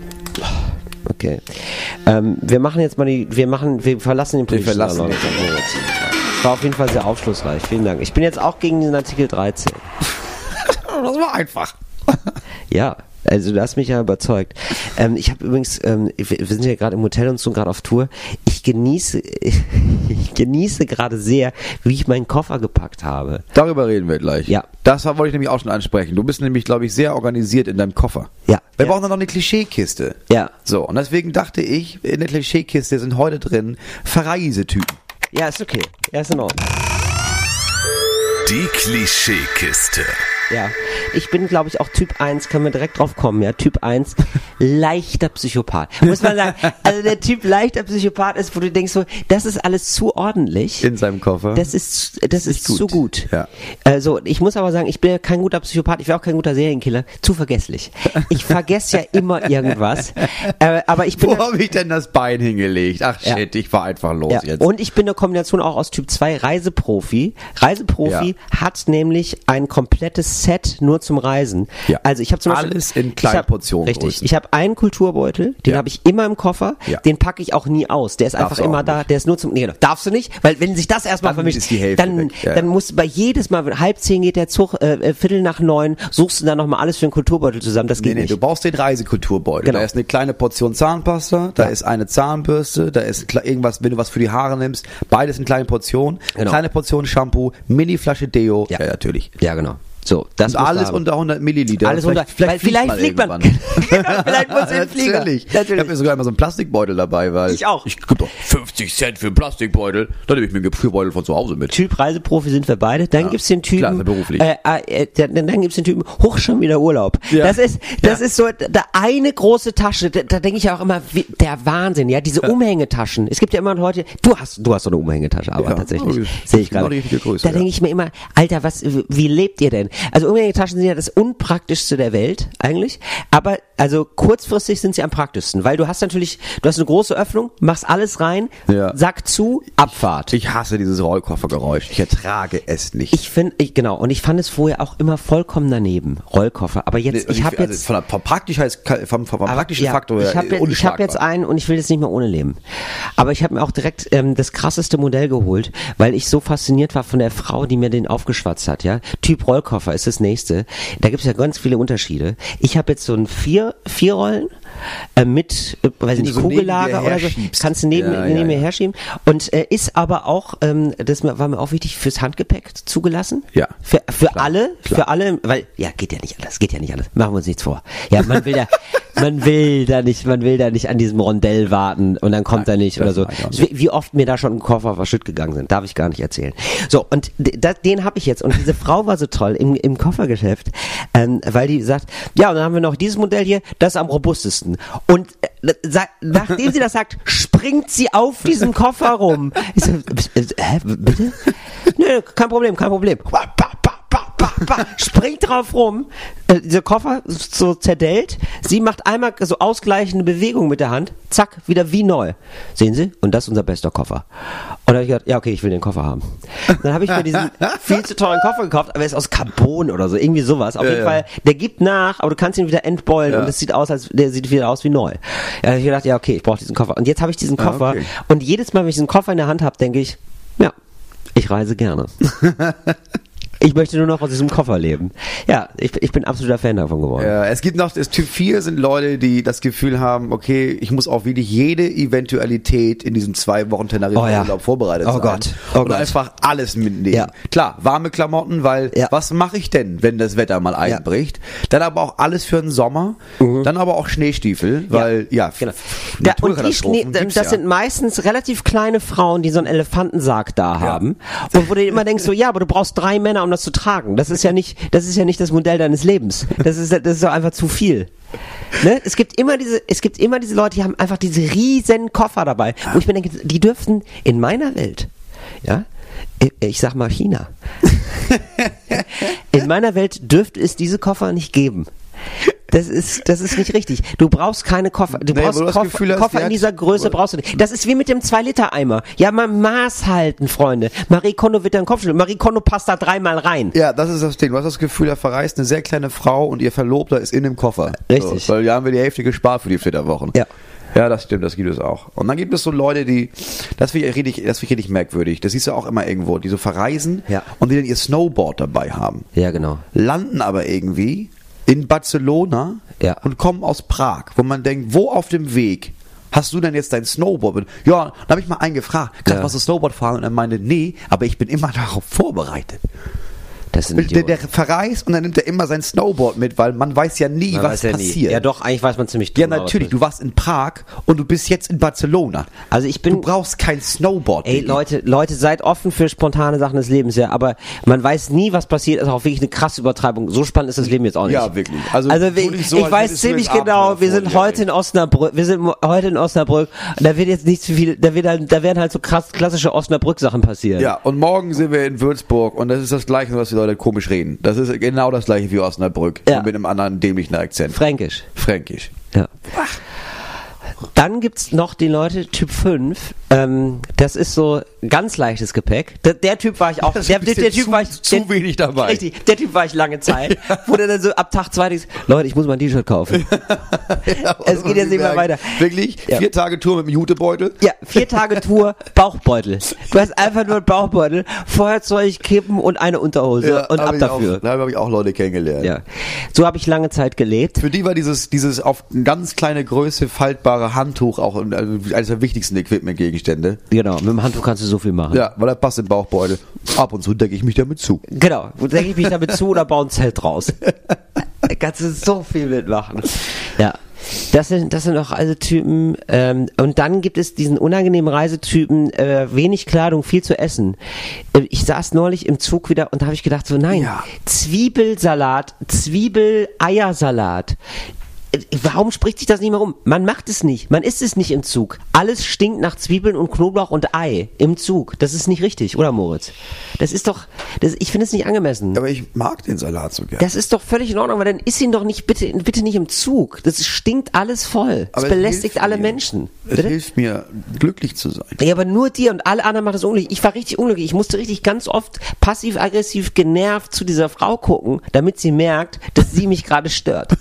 Okay. Ähm, wir machen jetzt mal die, wir machen, wir verlassen den politischen verlassen Dialog. den. War auf jeden Fall sehr aufschlussreich. Vielen Dank. Ich bin jetzt auch gegen diesen Artikel dreizehn. Das war einfach. Ja, also du hast mich ja überzeugt. Ähm, ich habe übrigens, ähm, wir, wir sind ja gerade im Hotel und so gerade auf Tour. Ich genieße, ich genieße gerade sehr, wie ich meinen Koffer gepackt habe. Darüber reden wir gleich. Ja. Das wollte ich nämlich auch schon ansprechen. Du bist nämlich, glaube ich, sehr organisiert in deinem Koffer. Ja. Wir Ja. brauchen dann noch eine Klischeekiste. Ja. So, und deswegen dachte ich, in der Klischeekiste sind heute drin Verreisetypen. Ja, ist okay. Ja, ist in Ordnung. Die Klischeekiste. Ja, ich bin, glaube ich, auch Typ eins, können wir direkt drauf kommen, ja, Typ eins, leichter Psychopath. Muss man sagen, also der Typ leichter Psychopath ist, wo du denkst so, das ist alles zu ordentlich. In seinem Koffer. Das ist, das Nicht ist gut. zu gut. Ja. Also, ich muss aber sagen, ich bin ja kein guter Psychopath, ich wäre auch kein guter Serienkiller, zu vergesslich. Ich vergesse ja immer irgendwas, äh, aber ich bin... Wo habe ich denn das Bein hingelegt? Ach Ja. shit, ich fahr einfach los Ja, jetzt. und ich bin eine Kombination auch aus Typ zwei Reiseprofi. Reiseprofi Ja. hat nämlich ein komplettes Set nur zum Reisen. Ja. Also ich habe zum Beispiel Alles in ich kleinen hab- Portionsgrößen. Richtig. Ich habe einen Kulturbeutel, den Ja. habe ich immer im Koffer. Ja. Den packe ich auch nie aus. Der ist Darfst einfach du auch immer da. nicht. Der ist nur zum. Nee, genau. Darfst du nicht, weil wenn sich das erstmal Dann vermischt, ist die Hälfte dann weg. Ja. dann musst du bei jedes Mal wenn halb zehn geht der Zug, äh, äh, Viertel nach neun, suchst du dann noch mal alles für einen Kulturbeutel zusammen. Das Nee, geht nee, nicht. du brauchst den Reisekulturbeutel. Genau. Da ist eine kleine Portion Zahnpasta, da Ja. ist eine Zahnbürste, da ist kle- irgendwas, wenn du was für die Haare nimmst, beides in kleinen Portionen. Genau. Kleine Portion Shampoo, Mini-Flasche Deo. Ja. Ja, natürlich. Ja, genau. So, das Und musst du alles haben. unter hundert Milliliter. Alles unter- weil vielleicht fliegt man. irgendwann. Genau, vielleicht muss in den Flieger. Natürlich. Natürlich. Ich habe mir sogar immer so einen Plastikbeutel dabei, weil Ich auch. Ich gebe doch fünfzig Cent für einen Plastikbeutel. Dann nehme ich mir einen Gefrierbeutel von zu Hause mit. Typ Reiseprofi sind wir beide. Dann Ja, gibt's den Typen, klasse, beruflich. äh, äh, dann, dann gibt's den Typen, hoch schon wieder Urlaub. Ja. Das ist, das Ja. ist so, da eine große Tasche, da, da denke ich auch immer, wie, der Wahnsinn, ja, diese Umhängetaschen. Es gibt ja immer Leute, du hast, du hast so eine Umhängetasche, aber Ja, tatsächlich, aber sehe ich genau gerade. die richtige Größe, Da ja. denke ich mir immer, Alter, was, wie lebt ihr denn? Also Umhängetaschen sind ja das unpraktischste der Welt eigentlich, aber also kurzfristig sind sie am praktischsten, weil du hast natürlich, du hast eine große Öffnung, machst alles rein, Ja. Sack zu, Abfahrt. Ich hasse dieses Rollkoffergeräusch. Ich ertrage es nicht. Ich finde, ich, genau, und ich fand es vorher auch immer vollkommen daneben, Rollkoffer. Aber jetzt, Nee, ich habe also jetzt, von der vom Praktischheit, vom, vom aber, praktischen ja, Faktor her ich habe jetzt, ich hab jetzt einen und ich will jetzt nicht mehr ohne leben. Aber ich habe mir auch direkt ähm, das krasseste Modell geholt, weil ich so fasziniert war von der Frau, die mir den aufgeschwatzt hat. Ja, Typ Rollkoffer ist das nächste. Da gibt es ja ganz viele Unterschiede. Ich habe jetzt so ein vier, vier Rollen äh, mit, äh, weiß ich Den nicht, du so neben Kugellager dir oder so. herschiebst. Kannst du neben, Ja, neben ja, mir ja. herschieben. Und äh, ist aber auch, ähm, das war mir auch wichtig, fürs Handgepäck zugelassen. Ja. Für, für Klar, alle, klar. für alle, weil, ja, geht ja nicht alles, geht ja nicht alles. Machen wir uns nichts vor. Ja, man will ja, man will da nicht, man will da nicht an diesem Rondell warten und dann kommt Nein, er nicht das oder so. mag ich auch Wie, wie oft mir da schon ein Koffer verschütt gegangen sind, darf ich gar nicht erzählen. So, und d- da, den habe ich jetzt. Und diese Frau war so toll im, im Koffergeschäft, ähm, weil die sagt, ja, und dann haben wir noch dieses Modell hier, das ist am robustesten. Und äh, sa- nachdem sie das sagt, springt sie auf diesem Koffer rum. Ich so, äh, hä, bitte? Nö, kein Problem, kein Problem. Ba, ba, ba, ba, ba, ba, springt drauf rum, äh, dieser Koffer ist so zerdellt, sie macht einmal so ausgleichende Bewegungen mit der Hand, zack, wieder wie neu. Sehen Sie? Und das ist unser bester Koffer. Und dann habe ich gedacht, ja okay, ich will den Koffer haben. Dann habe ich mir diesen viel zu teuren Koffer gekauft, aber er ist aus Carbon oder so, irgendwie sowas. Auf Ja, jeden ja. Fall, der gibt nach, aber du kannst ihn wieder entbeulen Ja. und es sieht aus, als der sieht wieder aus wie neu. Da habe ich gedacht, ja okay, ich brauche diesen Koffer. Und jetzt habe ich diesen Ah, Koffer okay. und jedes Mal, wenn ich diesen Koffer in der Hand habe, denke ich, ja, ich reise gerne. Ich möchte nur noch aus diesem Koffer leben. Ja, ich, ich bin absoluter Fan davon geworden. Ja, es gibt noch, das Typ vier sind Leute, die das Gefühl haben, okay, ich muss auf wirklich jede Eventualität in diesem zwei Wochen Teneriffa-Urlaub Oh ja. vorbereitet Oh sein. Gott. Oh und Gott. einfach alles mitnehmen. Ja. Klar, warme Klamotten, weil Ja. was mache ich denn, wenn das Wetter mal einbricht? Dann aber auch alles für den Sommer, dann aber auch Schneestiefel, weil, ja, Genau. Da, und die Naturkatastrophen Schnee, das gibt's ja. sind meistens relativ kleine Frauen, die so einen Elefantensarg da haben. Und wo du immer denkst, so, ja, aber du brauchst drei Männer, um das zu tragen. Das ist ja nicht, das ist ja nicht das Modell deines Lebens. Das ist, das ist doch einfach zu viel. Ne? Es gibt immer diese, es gibt immer diese Leute, die haben einfach diese riesen Koffer dabei, wo ich mir denke, die dürften in meiner Welt, ja, ich- ich sag mal China, in meiner Welt dürfte es diese Koffer nicht geben. Das ist, das ist nicht richtig. Du brauchst keine Koffer. Du Nee, brauchst wo du das Koffer, Gefühl hast, Koffer die in hat- dieser Größe brauchst du nicht. Das ist wie mit dem zwei Liter Eimer. Ja, mal Maß halten, Freunde. Marie Kondo wird da den Kopf schütteln. Marie Kondo passt da dreimal rein. Ja, das ist das Ding. Du hast das Gefühl, da verreist eine sehr kleine Frau und ihr Verlobter ist in dem Koffer. Richtig. So, weil da haben wir die Hälfte gespart für die Flitterwochen. Ja. Ja, das stimmt, das gibt es auch. Und dann gibt es so Leute, die, das finde ich richtig, das finde ich richtig merkwürdig. Das siehst du auch immer irgendwo, die so verreisen Ja. und die dann ihr Snowboard dabei haben. Ja, genau. Landen aber irgendwie in Barcelona Ja. und kommen aus Prag, wo man denkt, wo auf dem Weg hast du denn jetzt dein Snowboard? Ja, dann habe ich mal einen gefragt, kannst du Ja. was zu Snowboard fahren? Und er meinte, nee, aber ich bin immer darauf vorbereitet. Das sind Der, Idioten. der verreist und dann nimmt er immer sein Snowboard mit, weil man weiß ja nie, Man was weiß ja nie. passiert. Ja, doch, eigentlich weiß man ziemlich Ja, genau, was natürlich. passiert. Du warst in Prag und du bist jetzt in Barcelona. Also ich bin- Du brauchst kein Snowboard. Ey, Diggi. Leute, Leute, seid offen für spontane Sachen des Lebens, ja, aber man weiß nie, was passiert, ist auch wirklich eine krasse Übertreibung. So spannend ist das Leben jetzt auch nicht. Ja, wirklich. Also, Also, tu ich, nicht so, ich als weiß hättest du ziemlich ein genau, Abenteuer wir vor sind dir, heute ey. in Osnabrück, wir sind mo- heute in Osnabrück und da wird jetzt nicht zu viel, da wird halt, da werden halt so krass klassische Osnabrück-Sachen passieren. Ja, und morgen sind wir in Würzburg und das ist das Gleiche, nur dass die Leute komisch reden. Das ist genau das Gleiche wie Osnabrück. Ja. Nur mit einem anderen dämlichen Akzent. Fränkisch. Fränkisch. Ja. Dann gibt's noch die Leute Typ fünf, ähm, das ist so ganz leichtes Gepäck. Der, der Typ war ich auch, Das ist der, ein der, der bisschen Typ war ich, zu- zu der, wenig dabei. Richtig, der Typ war ich lange Zeit, wo der dann so ab Tag zwei denkst, Leute, ich muss mal ein T-Shirt kaufen. Es geht jetzt nicht mehr weiter. Wirklich? Ja. Vier Tage Tour mit dem Jutebeutel? Ja, vier Tage Tour, Bauchbeutel. Du hast einfach nur einen Bauchbeutel, Feuerzeug, Kippen und eine Unterhose und hab ab ich dafür. Auch, da habe ich auch Leute kennengelernt. Ja, so habe ich lange Zeit gelebt. Für die war dieses, dieses auf eine ganz kleine Größe faltbare Handtuch auch ein- also eines der wichtigsten Equipment-Gegenstände. Genau, mit dem Handtuch kannst du so viel machen. Ja, weil er passt im Bauchbeutel. Ab und zu decke ich mich damit zu. Genau, denke ich mich damit zu oder baue ein Zelt draus. Da kannst du so viel mitmachen. Ja. Das sind, das sind auch also Typen, ähm, und dann gibt es diesen unangenehmen Reisetypen, äh, wenig Kleidung, viel zu essen. Äh, Ich saß neulich im Zug wieder und da habe ich gedacht so, nein, Ja. Zwiebelsalat, Zwiebel-Eiersalat. warum spricht sich das nicht mehr rum? Man macht es nicht. Man isst es nicht im Zug. Alles stinkt nach Zwiebeln und Knoblauch und Ei im Zug. Das ist nicht richtig, oder Moritz? Das ist doch, das, ich finde es nicht angemessen. Aber ich mag den Salat so gerne. Das ist doch völlig in Ordnung, aber dann isst ihn doch nicht, bitte, bitte nicht im Zug. Das stinkt alles voll. Das Aber es belästigt hilft alle mir. Menschen. Es Bitte? hilft mir, glücklich zu sein. Ja, aber nur dir und alle anderen machen das unglücklich. Ich war richtig unglücklich. Ich musste richtig ganz oft passiv-aggressiv genervt zu dieser Frau gucken, damit sie merkt, dass sie mich gerade stört.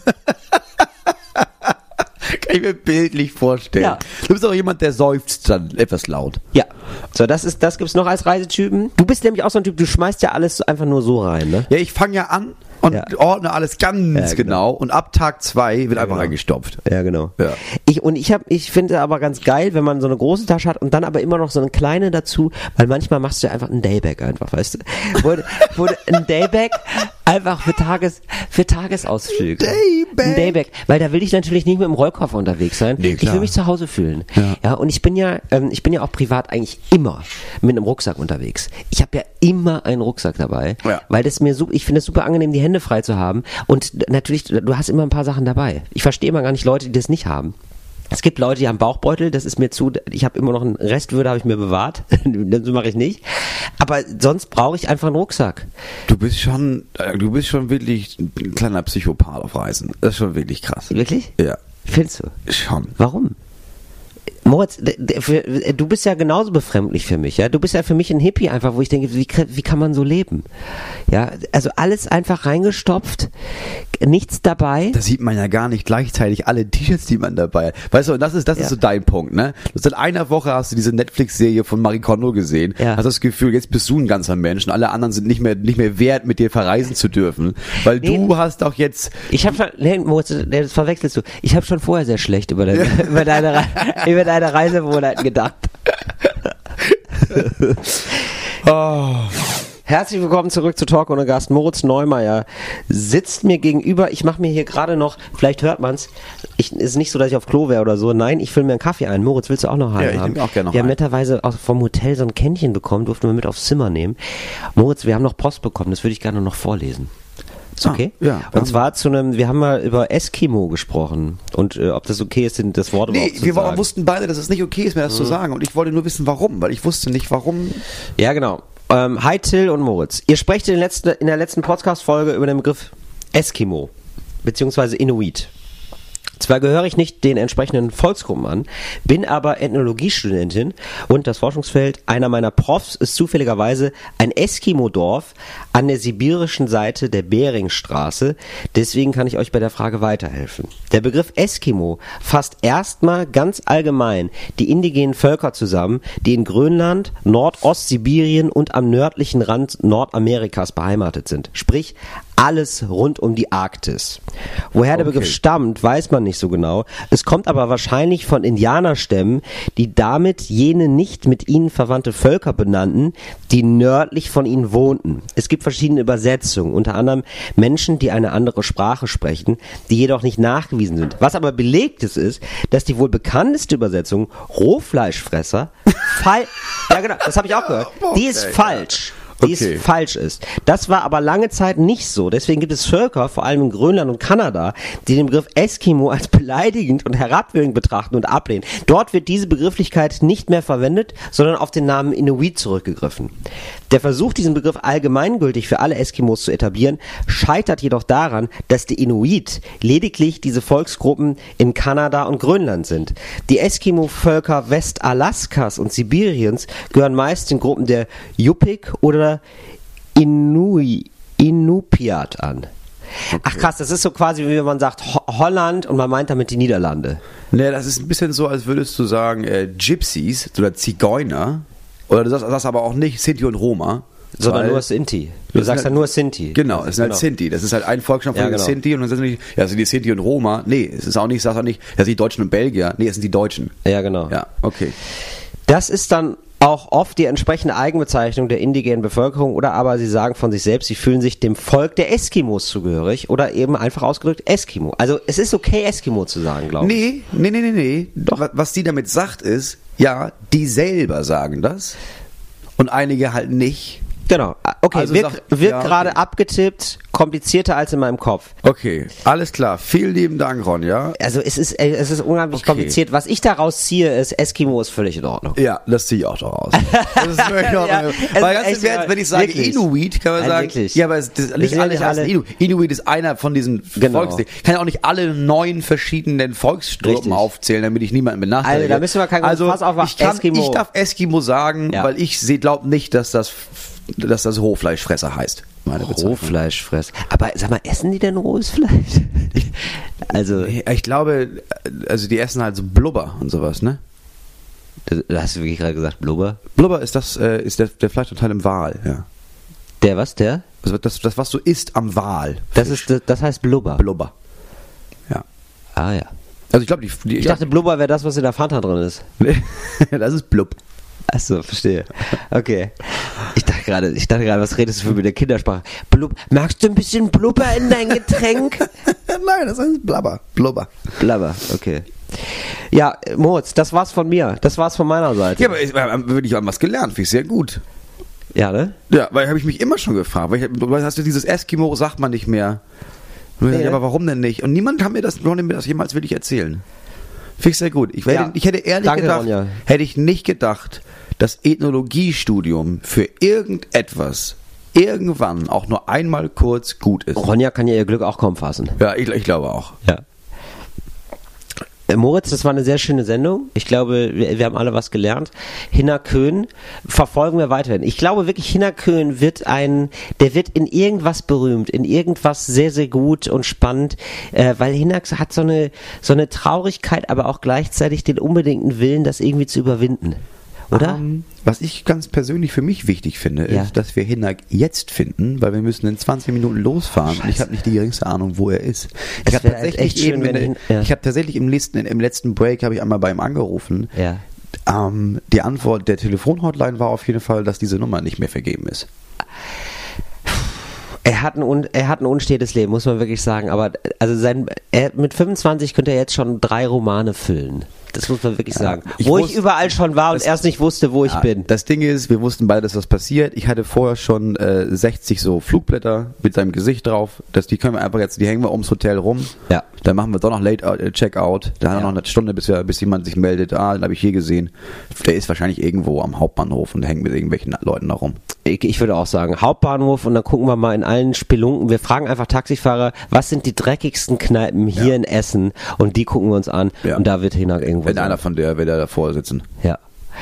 Kann ich mir bildlich vorstellen. Ja. Du bist auch jemand, der seufzt dann etwas laut. Ja. So, das ist, das gibt's noch als Reisetypen. Du bist nämlich auch so ein Typ, du schmeißt ja alles einfach nur so rein, ne? Ja, ich fange ja an und Ja. ordne alles ganz Ja, genau. genau. Und ab Tag zwei wird einfach genau. reingestopft. Ja, genau. Ja. Ich, und ich hab, ich finde aber ganz geil, wenn man so eine große Tasche hat und dann aber immer noch so eine kleine dazu, weil manchmal machst du ja einfach ein Daybag einfach, weißt du? Wo, wo du ein Daybag einfach für Tages, für Tagesausflüge. Daybag. Ein Daybag. Weil da will ich natürlich nicht mit dem Rollkoffer unterwegs sein. Nee, ich klar. will mich zu Hause fühlen. Ja. Ja, und ich bin ja, ähm, ich bin ja auch privat eigentlich immer mit einem Rucksack unterwegs. Ich habe ja immer einen Rucksack dabei, Ja. weil das mir so, ich finde es super angenehm, die Hände frei zu haben. Und natürlich, du hast immer ein paar Sachen dabei. Ich verstehe immer gar nicht Leute, die das nicht haben. Es gibt Leute, die haben Bauchbeutel, das ist mir zu, ich habe immer noch einen Restwürde, habe ich mir bewahrt, das mache ich nicht. Aber sonst brauche ich einfach einen Rucksack. Du bist schon, äh, du bist schon wirklich ein kleiner Psychopath auf Reisen. Das ist schon wirklich krass. Wirklich? Ja, Findest du? schon. Warum? Moritz, d- d- für- du bist ja genauso befremdlich für mich, ja. Du bist ja für mich ein Hippie einfach, wo ich denke, wie, kr- wie kann man so leben? Ja, also alles einfach reingestopft, nichts dabei. Da sieht man ja gar nicht gleichzeitig alle T-Shirts, die man dabei hat. Weißt du, und das ist, das Ja. ist so dein Punkt, ne? Du hast in einer Woche hast du diese Netflix-Serie von Marie Kondo gesehen, Ja. hast das Gefühl, jetzt bist du ein ganzer Mensch und alle anderen sind nicht mehr, nicht mehr wert, mit dir verreisen zu dürfen, weil Nee. du hast auch jetzt, Ich habe schon, nee, Moritz, nee, das verwechselst du. Ich habe schon vorher sehr schlecht über deine, über deine, Re- über deine Reisewohnheiten gedacht. oh, Herzlich willkommen zurück zu Talk ohne Gast. Moritz Neumeier sitzt mir gegenüber. Ich mache mir hier gerade noch, vielleicht hört man's, ich, ist nicht so, dass ich auf Klo wäre oder so. Nein, ich fülle mir einen Kaffee ein. Moritz, willst du auch noch einen Ja, ich haben? nehm auch gerne noch Wir haben einen. netterweise auch vom Hotel so ein Kännchen bekommen, durften wir mit aufs Zimmer nehmen. Moritz, wir haben noch Post bekommen, das würde ich gerne noch vorlesen. Ist okay? Ah, ja. Und zwar zu einem, wir haben mal über Eskimo gesprochen und äh, ob das okay ist, denn das Wort nee, überhaupt zu wir sagen. wussten beide, dass es nicht okay ist, mir das zu sagen und ich wollte nur wissen, warum, weil ich wusste nicht, warum. Ja, genau. Ähm, hi Till und Moritz. Ihr sprecht in, den letzten, in der letzten Podcast-Folge über den Begriff Eskimo, beziehungsweise Inuit. Zwar gehöre ich nicht den entsprechenden Volksgruppen an, bin aber Ethnologiestudentin und das Forschungsfeld einer meiner Profs ist zufälligerweise ein Eskimo-Dorf an der sibirischen Seite der Beringstraße. Deswegen kann ich euch bei der Frage weiterhelfen. Der Begriff Eskimo fasst erstmal ganz allgemein die indigenen Völker zusammen, die in Grönland, Nordostsibirien und am nördlichen Rand Nordamerikas beheimatet sind. Sprich, alles rund um die Arktis. Woher der Okay. Begriff stammt, weiß man nicht so genau. Es kommt aber wahrscheinlich von Indianerstämmen, die damit jene nicht mit ihnen verwandte Völker benannten, die nördlich von ihnen wohnten. Es gibt verschiedene Übersetzungen, unter anderem Menschen, die eine andere Sprache sprechen, die jedoch nicht nachgewiesen sind. Was aber belegt ist, ist, dass die wohl bekannteste Übersetzung Rohfleischfresser fall ja genau, das habe ich auch gehört. Die ist Okay. falsch. Die Okay. ist falsch ist. Das war aber lange Zeit nicht so. Deswegen gibt es Völker, vor allem in Grönland und Kanada, die den Begriff Eskimo als beleidigend und herabwürdigend betrachten und ablehnen. Dort wird diese Begrifflichkeit nicht mehr verwendet, sondern auf den Namen Inuit zurückgegriffen. Der Versuch, diesen Begriff allgemeingültig für alle Eskimos zu etablieren, scheitert jedoch daran, dass die Inuit lediglich diese Volksgruppen in Kanada und Grönland sind. Die Eskimo-Völker Westalaskas und Sibiriens gehören meist den Gruppen der Yupik oder Inui, Inupiat an. Ach krass, das ist so quasi, wie wenn man sagt Ho- Holland und man meint damit die Niederlande. Ne, das ist ein bisschen so, als würdest du sagen, äh, Gypsies oder Zigeuner, oder du sagst, sagst aber auch nicht Sinti und Roma. Sondern weil- nur Sinti. Du Das sagst sind ja nur Sinti. Genau, Das es ist sind halt genau. Sinti. Das ist halt ein Volksstamm von Ja, den genau. Sinti und dann sind nicht, ja, sind die Sinti und Roma. Nee, es ist auch nicht, sag auch nicht, das sind die Deutschen und Belgier. Nee, es sind die Deutschen. Ja, genau. Ja, okay. Das ist dann auch oft die entsprechende Eigenbezeichnung der indigenen Bevölkerung oder aber sie sagen von sich selbst, sie fühlen sich dem Volk der Eskimos zugehörig oder eben einfach ausgedrückt Eskimo. Also es ist okay, Eskimo zu sagen, glaube ich. Nee, nee, nee, nee, nee. Wa- Was die damit sagt ist, ja, die selber sagen das und einige halt nicht. Genau. Okay, Also wird, sag- wird ja, okay. gerade abgetippt, komplizierter als in meinem Kopf. Okay, alles klar. Vielen lieben Dank, Ron, ja? Also es ist, äh, es ist unheimlich Okay. kompliziert. Was ich daraus ziehe, ist, Eskimo ist völlig in Ordnung. Ja, das ziehe ich auch doch aus. Das ist wirklich auch Ja, ja, es Weil ist ganz echt, im Ernst, wenn ich sage wirklich. Inuit, kann man Nein, sagen, wirklich. ja, aber es, das, Wir nicht sind ja alle nicht heißen alle- Inuit. Inuit ist einer von diesen Genau. Volksdingen. Ich kann ja auch nicht alle neun verschiedenen Volksgruppen Richtig. aufzählen, damit ich niemanden benachteilige. Also, da müssen wir kein also, Fass aufmachen. ich, kann, Eskimo. ich darf Eskimo sagen, Ja. weil ich glaube nicht, dass das, dass das Rohfleischfresser heißt. Meine Bezeichnung. Rohfleischfress. Aber sag mal, essen die denn rohes Fleisch? Also, Ich glaube, also die essen halt so Blubber und sowas, ne? du du hast wirklich gerade gesagt, Blubber? Blubber ist das, äh, ist der, der Fleischanteil im Wal, ja. Der was, der? Also das, das, was du isst am Wal. Das ist, das, das heißt Blubber. Blubber. Ja. Ah ja. Also ich glaube, die, die Ich dachte, Blubber wäre das, was in der Fanta drin ist. das ist Blub. Achso, verstehe. Okay. Ich dachte gerade, ich dachte gerade, was redest du für mit der Kindersprache? Blub, magst du ein bisschen Blubber in dein Getränk? Nein, das heißt Blubber. Blubber. Blubber, okay. Ja, Moritz, das war's von mir. Das war's von meiner Seite. Ja, aber ich, aber wirklich ich habe was gelernt, finde ich sehr gut. Ja, ne? Ja, weil habe ich mich immer schon gefragt. Weil, ich, weil hast du dieses Eskimo, sagt man nicht mehr. Und ich Nee, dachte, ne? aber warum denn nicht? Und niemand kann mir das, konnte mir das jemals wirklich erzählen. Finde ich sehr gut. Ich, werde, Ja. ich hätte ehrlich Danke, gedacht, Ronja. hätte ich nicht gedacht, dass Ethnologiestudium für irgendetwas irgendwann auch nur einmal kurz gut ist. Ronja kann ja ihr Glück auch kaum fassen. Ja, ich, ich glaube auch. Ja. Äh, Moritz, das war eine sehr schöne Sendung. Ich glaube, wir, wir haben alle was gelernt. Hinner Köhn verfolgen wir weiterhin. Ich glaube wirklich, Hinner Köhn wird ein, der wird in irgendwas berühmt, in irgendwas sehr, sehr gut und spannend, äh, weil Hinner hat so eine, so eine Traurigkeit, aber auch gleichzeitig den unbedingten Willen, das irgendwie zu überwinden. Oder? Ähm, was ich ganz persönlich für mich wichtig finde, ist, Ja. dass wir Hinak jetzt finden, weil wir müssen in zwanzig Minuten losfahren und ich habe nicht die geringste Ahnung, wo er ist. Es Ich habe wär tatsächlich echt schön, eben, wenn in, ihn- ja. ich habe tatsächlich im letzten, im letzten Break habe ich einmal bei ihm angerufen. Ja. Ähm, die Antwort der Telefonhotline war auf jeden Fall, dass diese Nummer nicht mehr vergeben ist. Er hat ein, un, er hat ein unstetes Leben, muss man wirklich sagen. Aber also sein, er, mit fünfundzwanzig könnte er jetzt schon drei Romane füllen. Das muss man wirklich sagen. Ich wo ich wusste- überall schon war und das- erst nicht wusste, wo ich Ja, bin. Das Ding ist, wir wussten beide, dass das passiert. Ich hatte vorher schon äh, sechzig so Flugblätter mit seinem Gesicht drauf. Das, die können wir einfach jetzt, die hängen wir ums Hotel rum. Ja. Dann machen wir doch noch Late out, äh, Checkout. Da haben wir Ja. noch eine Stunde, bis, wir, bis jemand sich meldet. Ah, den habe ich hier gesehen. Der ist wahrscheinlich irgendwo am Hauptbahnhof und hängt mit irgendwelchen Leuten da rum. Ich, ich würde auch sagen, Hauptbahnhof und dann gucken wir mal in allen Spelunken. Wir fragen einfach Taxifahrer, was sind die dreckigsten Kneipen hier Ja. in Essen? Und die gucken wir uns an Ja. und da wird Hinak irgendwo Wenn sein. einer von der, wenn der davor sitzen. Ja.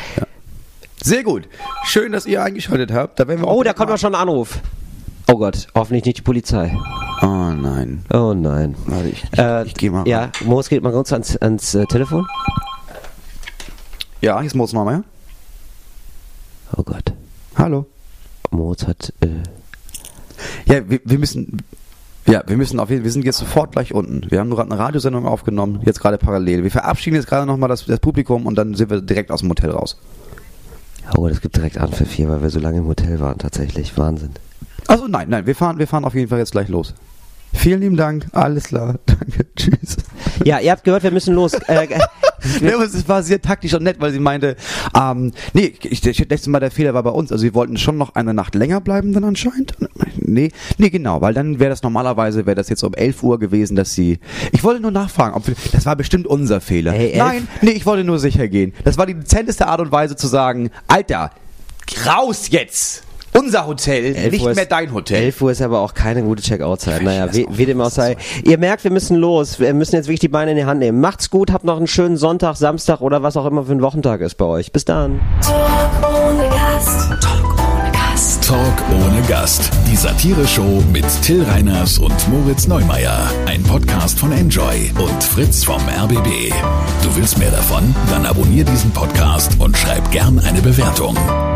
Sehr gut. Schön, dass ihr eingeschaltet habt. Da werden wir auch Oh, da direkt kommt mal- doch schon ein Anruf. Oh Gott, hoffentlich nicht die Polizei. Oh nein. Oh nein. Warte, ich, ich, Äh, ich gehe mal. Ja, Moritz geht mal kurz ans, ans äh, Telefon. Ja, hier ist Moritz Neumayr. Oh Gott. Hallo. Moritz hat... Äh, Ja, wir, wir müssen, ja, wir müssen auf jeden Fall, wir sind jetzt sofort gleich unten. Wir haben nur gerade eine Radiosendung aufgenommen, jetzt gerade parallel. Wir verabschieden jetzt gerade nochmal das, das Publikum und dann sind wir direkt aus dem Hotel raus. oh, das gibt direkt Anpfiff hier, weil wir so lange im Hotel waren, tatsächlich. Wahnsinn. Also nein, nein, wir fahren, wir fahren auf jeden Fall jetzt gleich los. Vielen lieben Dank, alles klar, danke, tschüss. Ja, ihr habt gehört, wir müssen los. Äh, Ja, aber es war sehr taktisch und nett, weil sie meinte, ähm, nee, ich, das letzte Mal der Fehler war bei uns, also wir wollten schon noch eine Nacht länger bleiben dann anscheinend. Nee, nee, genau, weil dann wäre das normalerweise, wäre das jetzt um elf Uhr gewesen, dass sie, ich wollte nur nachfragen, ob wir, das war bestimmt unser Fehler. Hey, elf? Nein, nee, ich wollte nur sicher gehen. Das war die dezenteste Art und Weise zu sagen, Alter, raus jetzt! Unser Hotel, nicht Uhr ist- mehr dein Hotel. elf Uhr ist aber auch keine gute Check-out-Zeit. Naja, weiß wie, auch wie dem auch sei. Ihr merkt, wir müssen los. Wir müssen jetzt wirklich die Beine in die Hand nehmen. Macht's gut, habt noch einen schönen Sonntag, Samstag oder was auch immer für ein Wochentag ist bei euch. Bis dann. Talk ohne Gast. Talk ohne Gast. Talk ohne Gast. Die Satire-Show mit Till Reiners und Moritz Neumeier. Ein Podcast von Enjoy und Fritz vom R B B. Du willst mehr davon? Dann abonnier diesen Podcast und schreib gern eine Bewertung.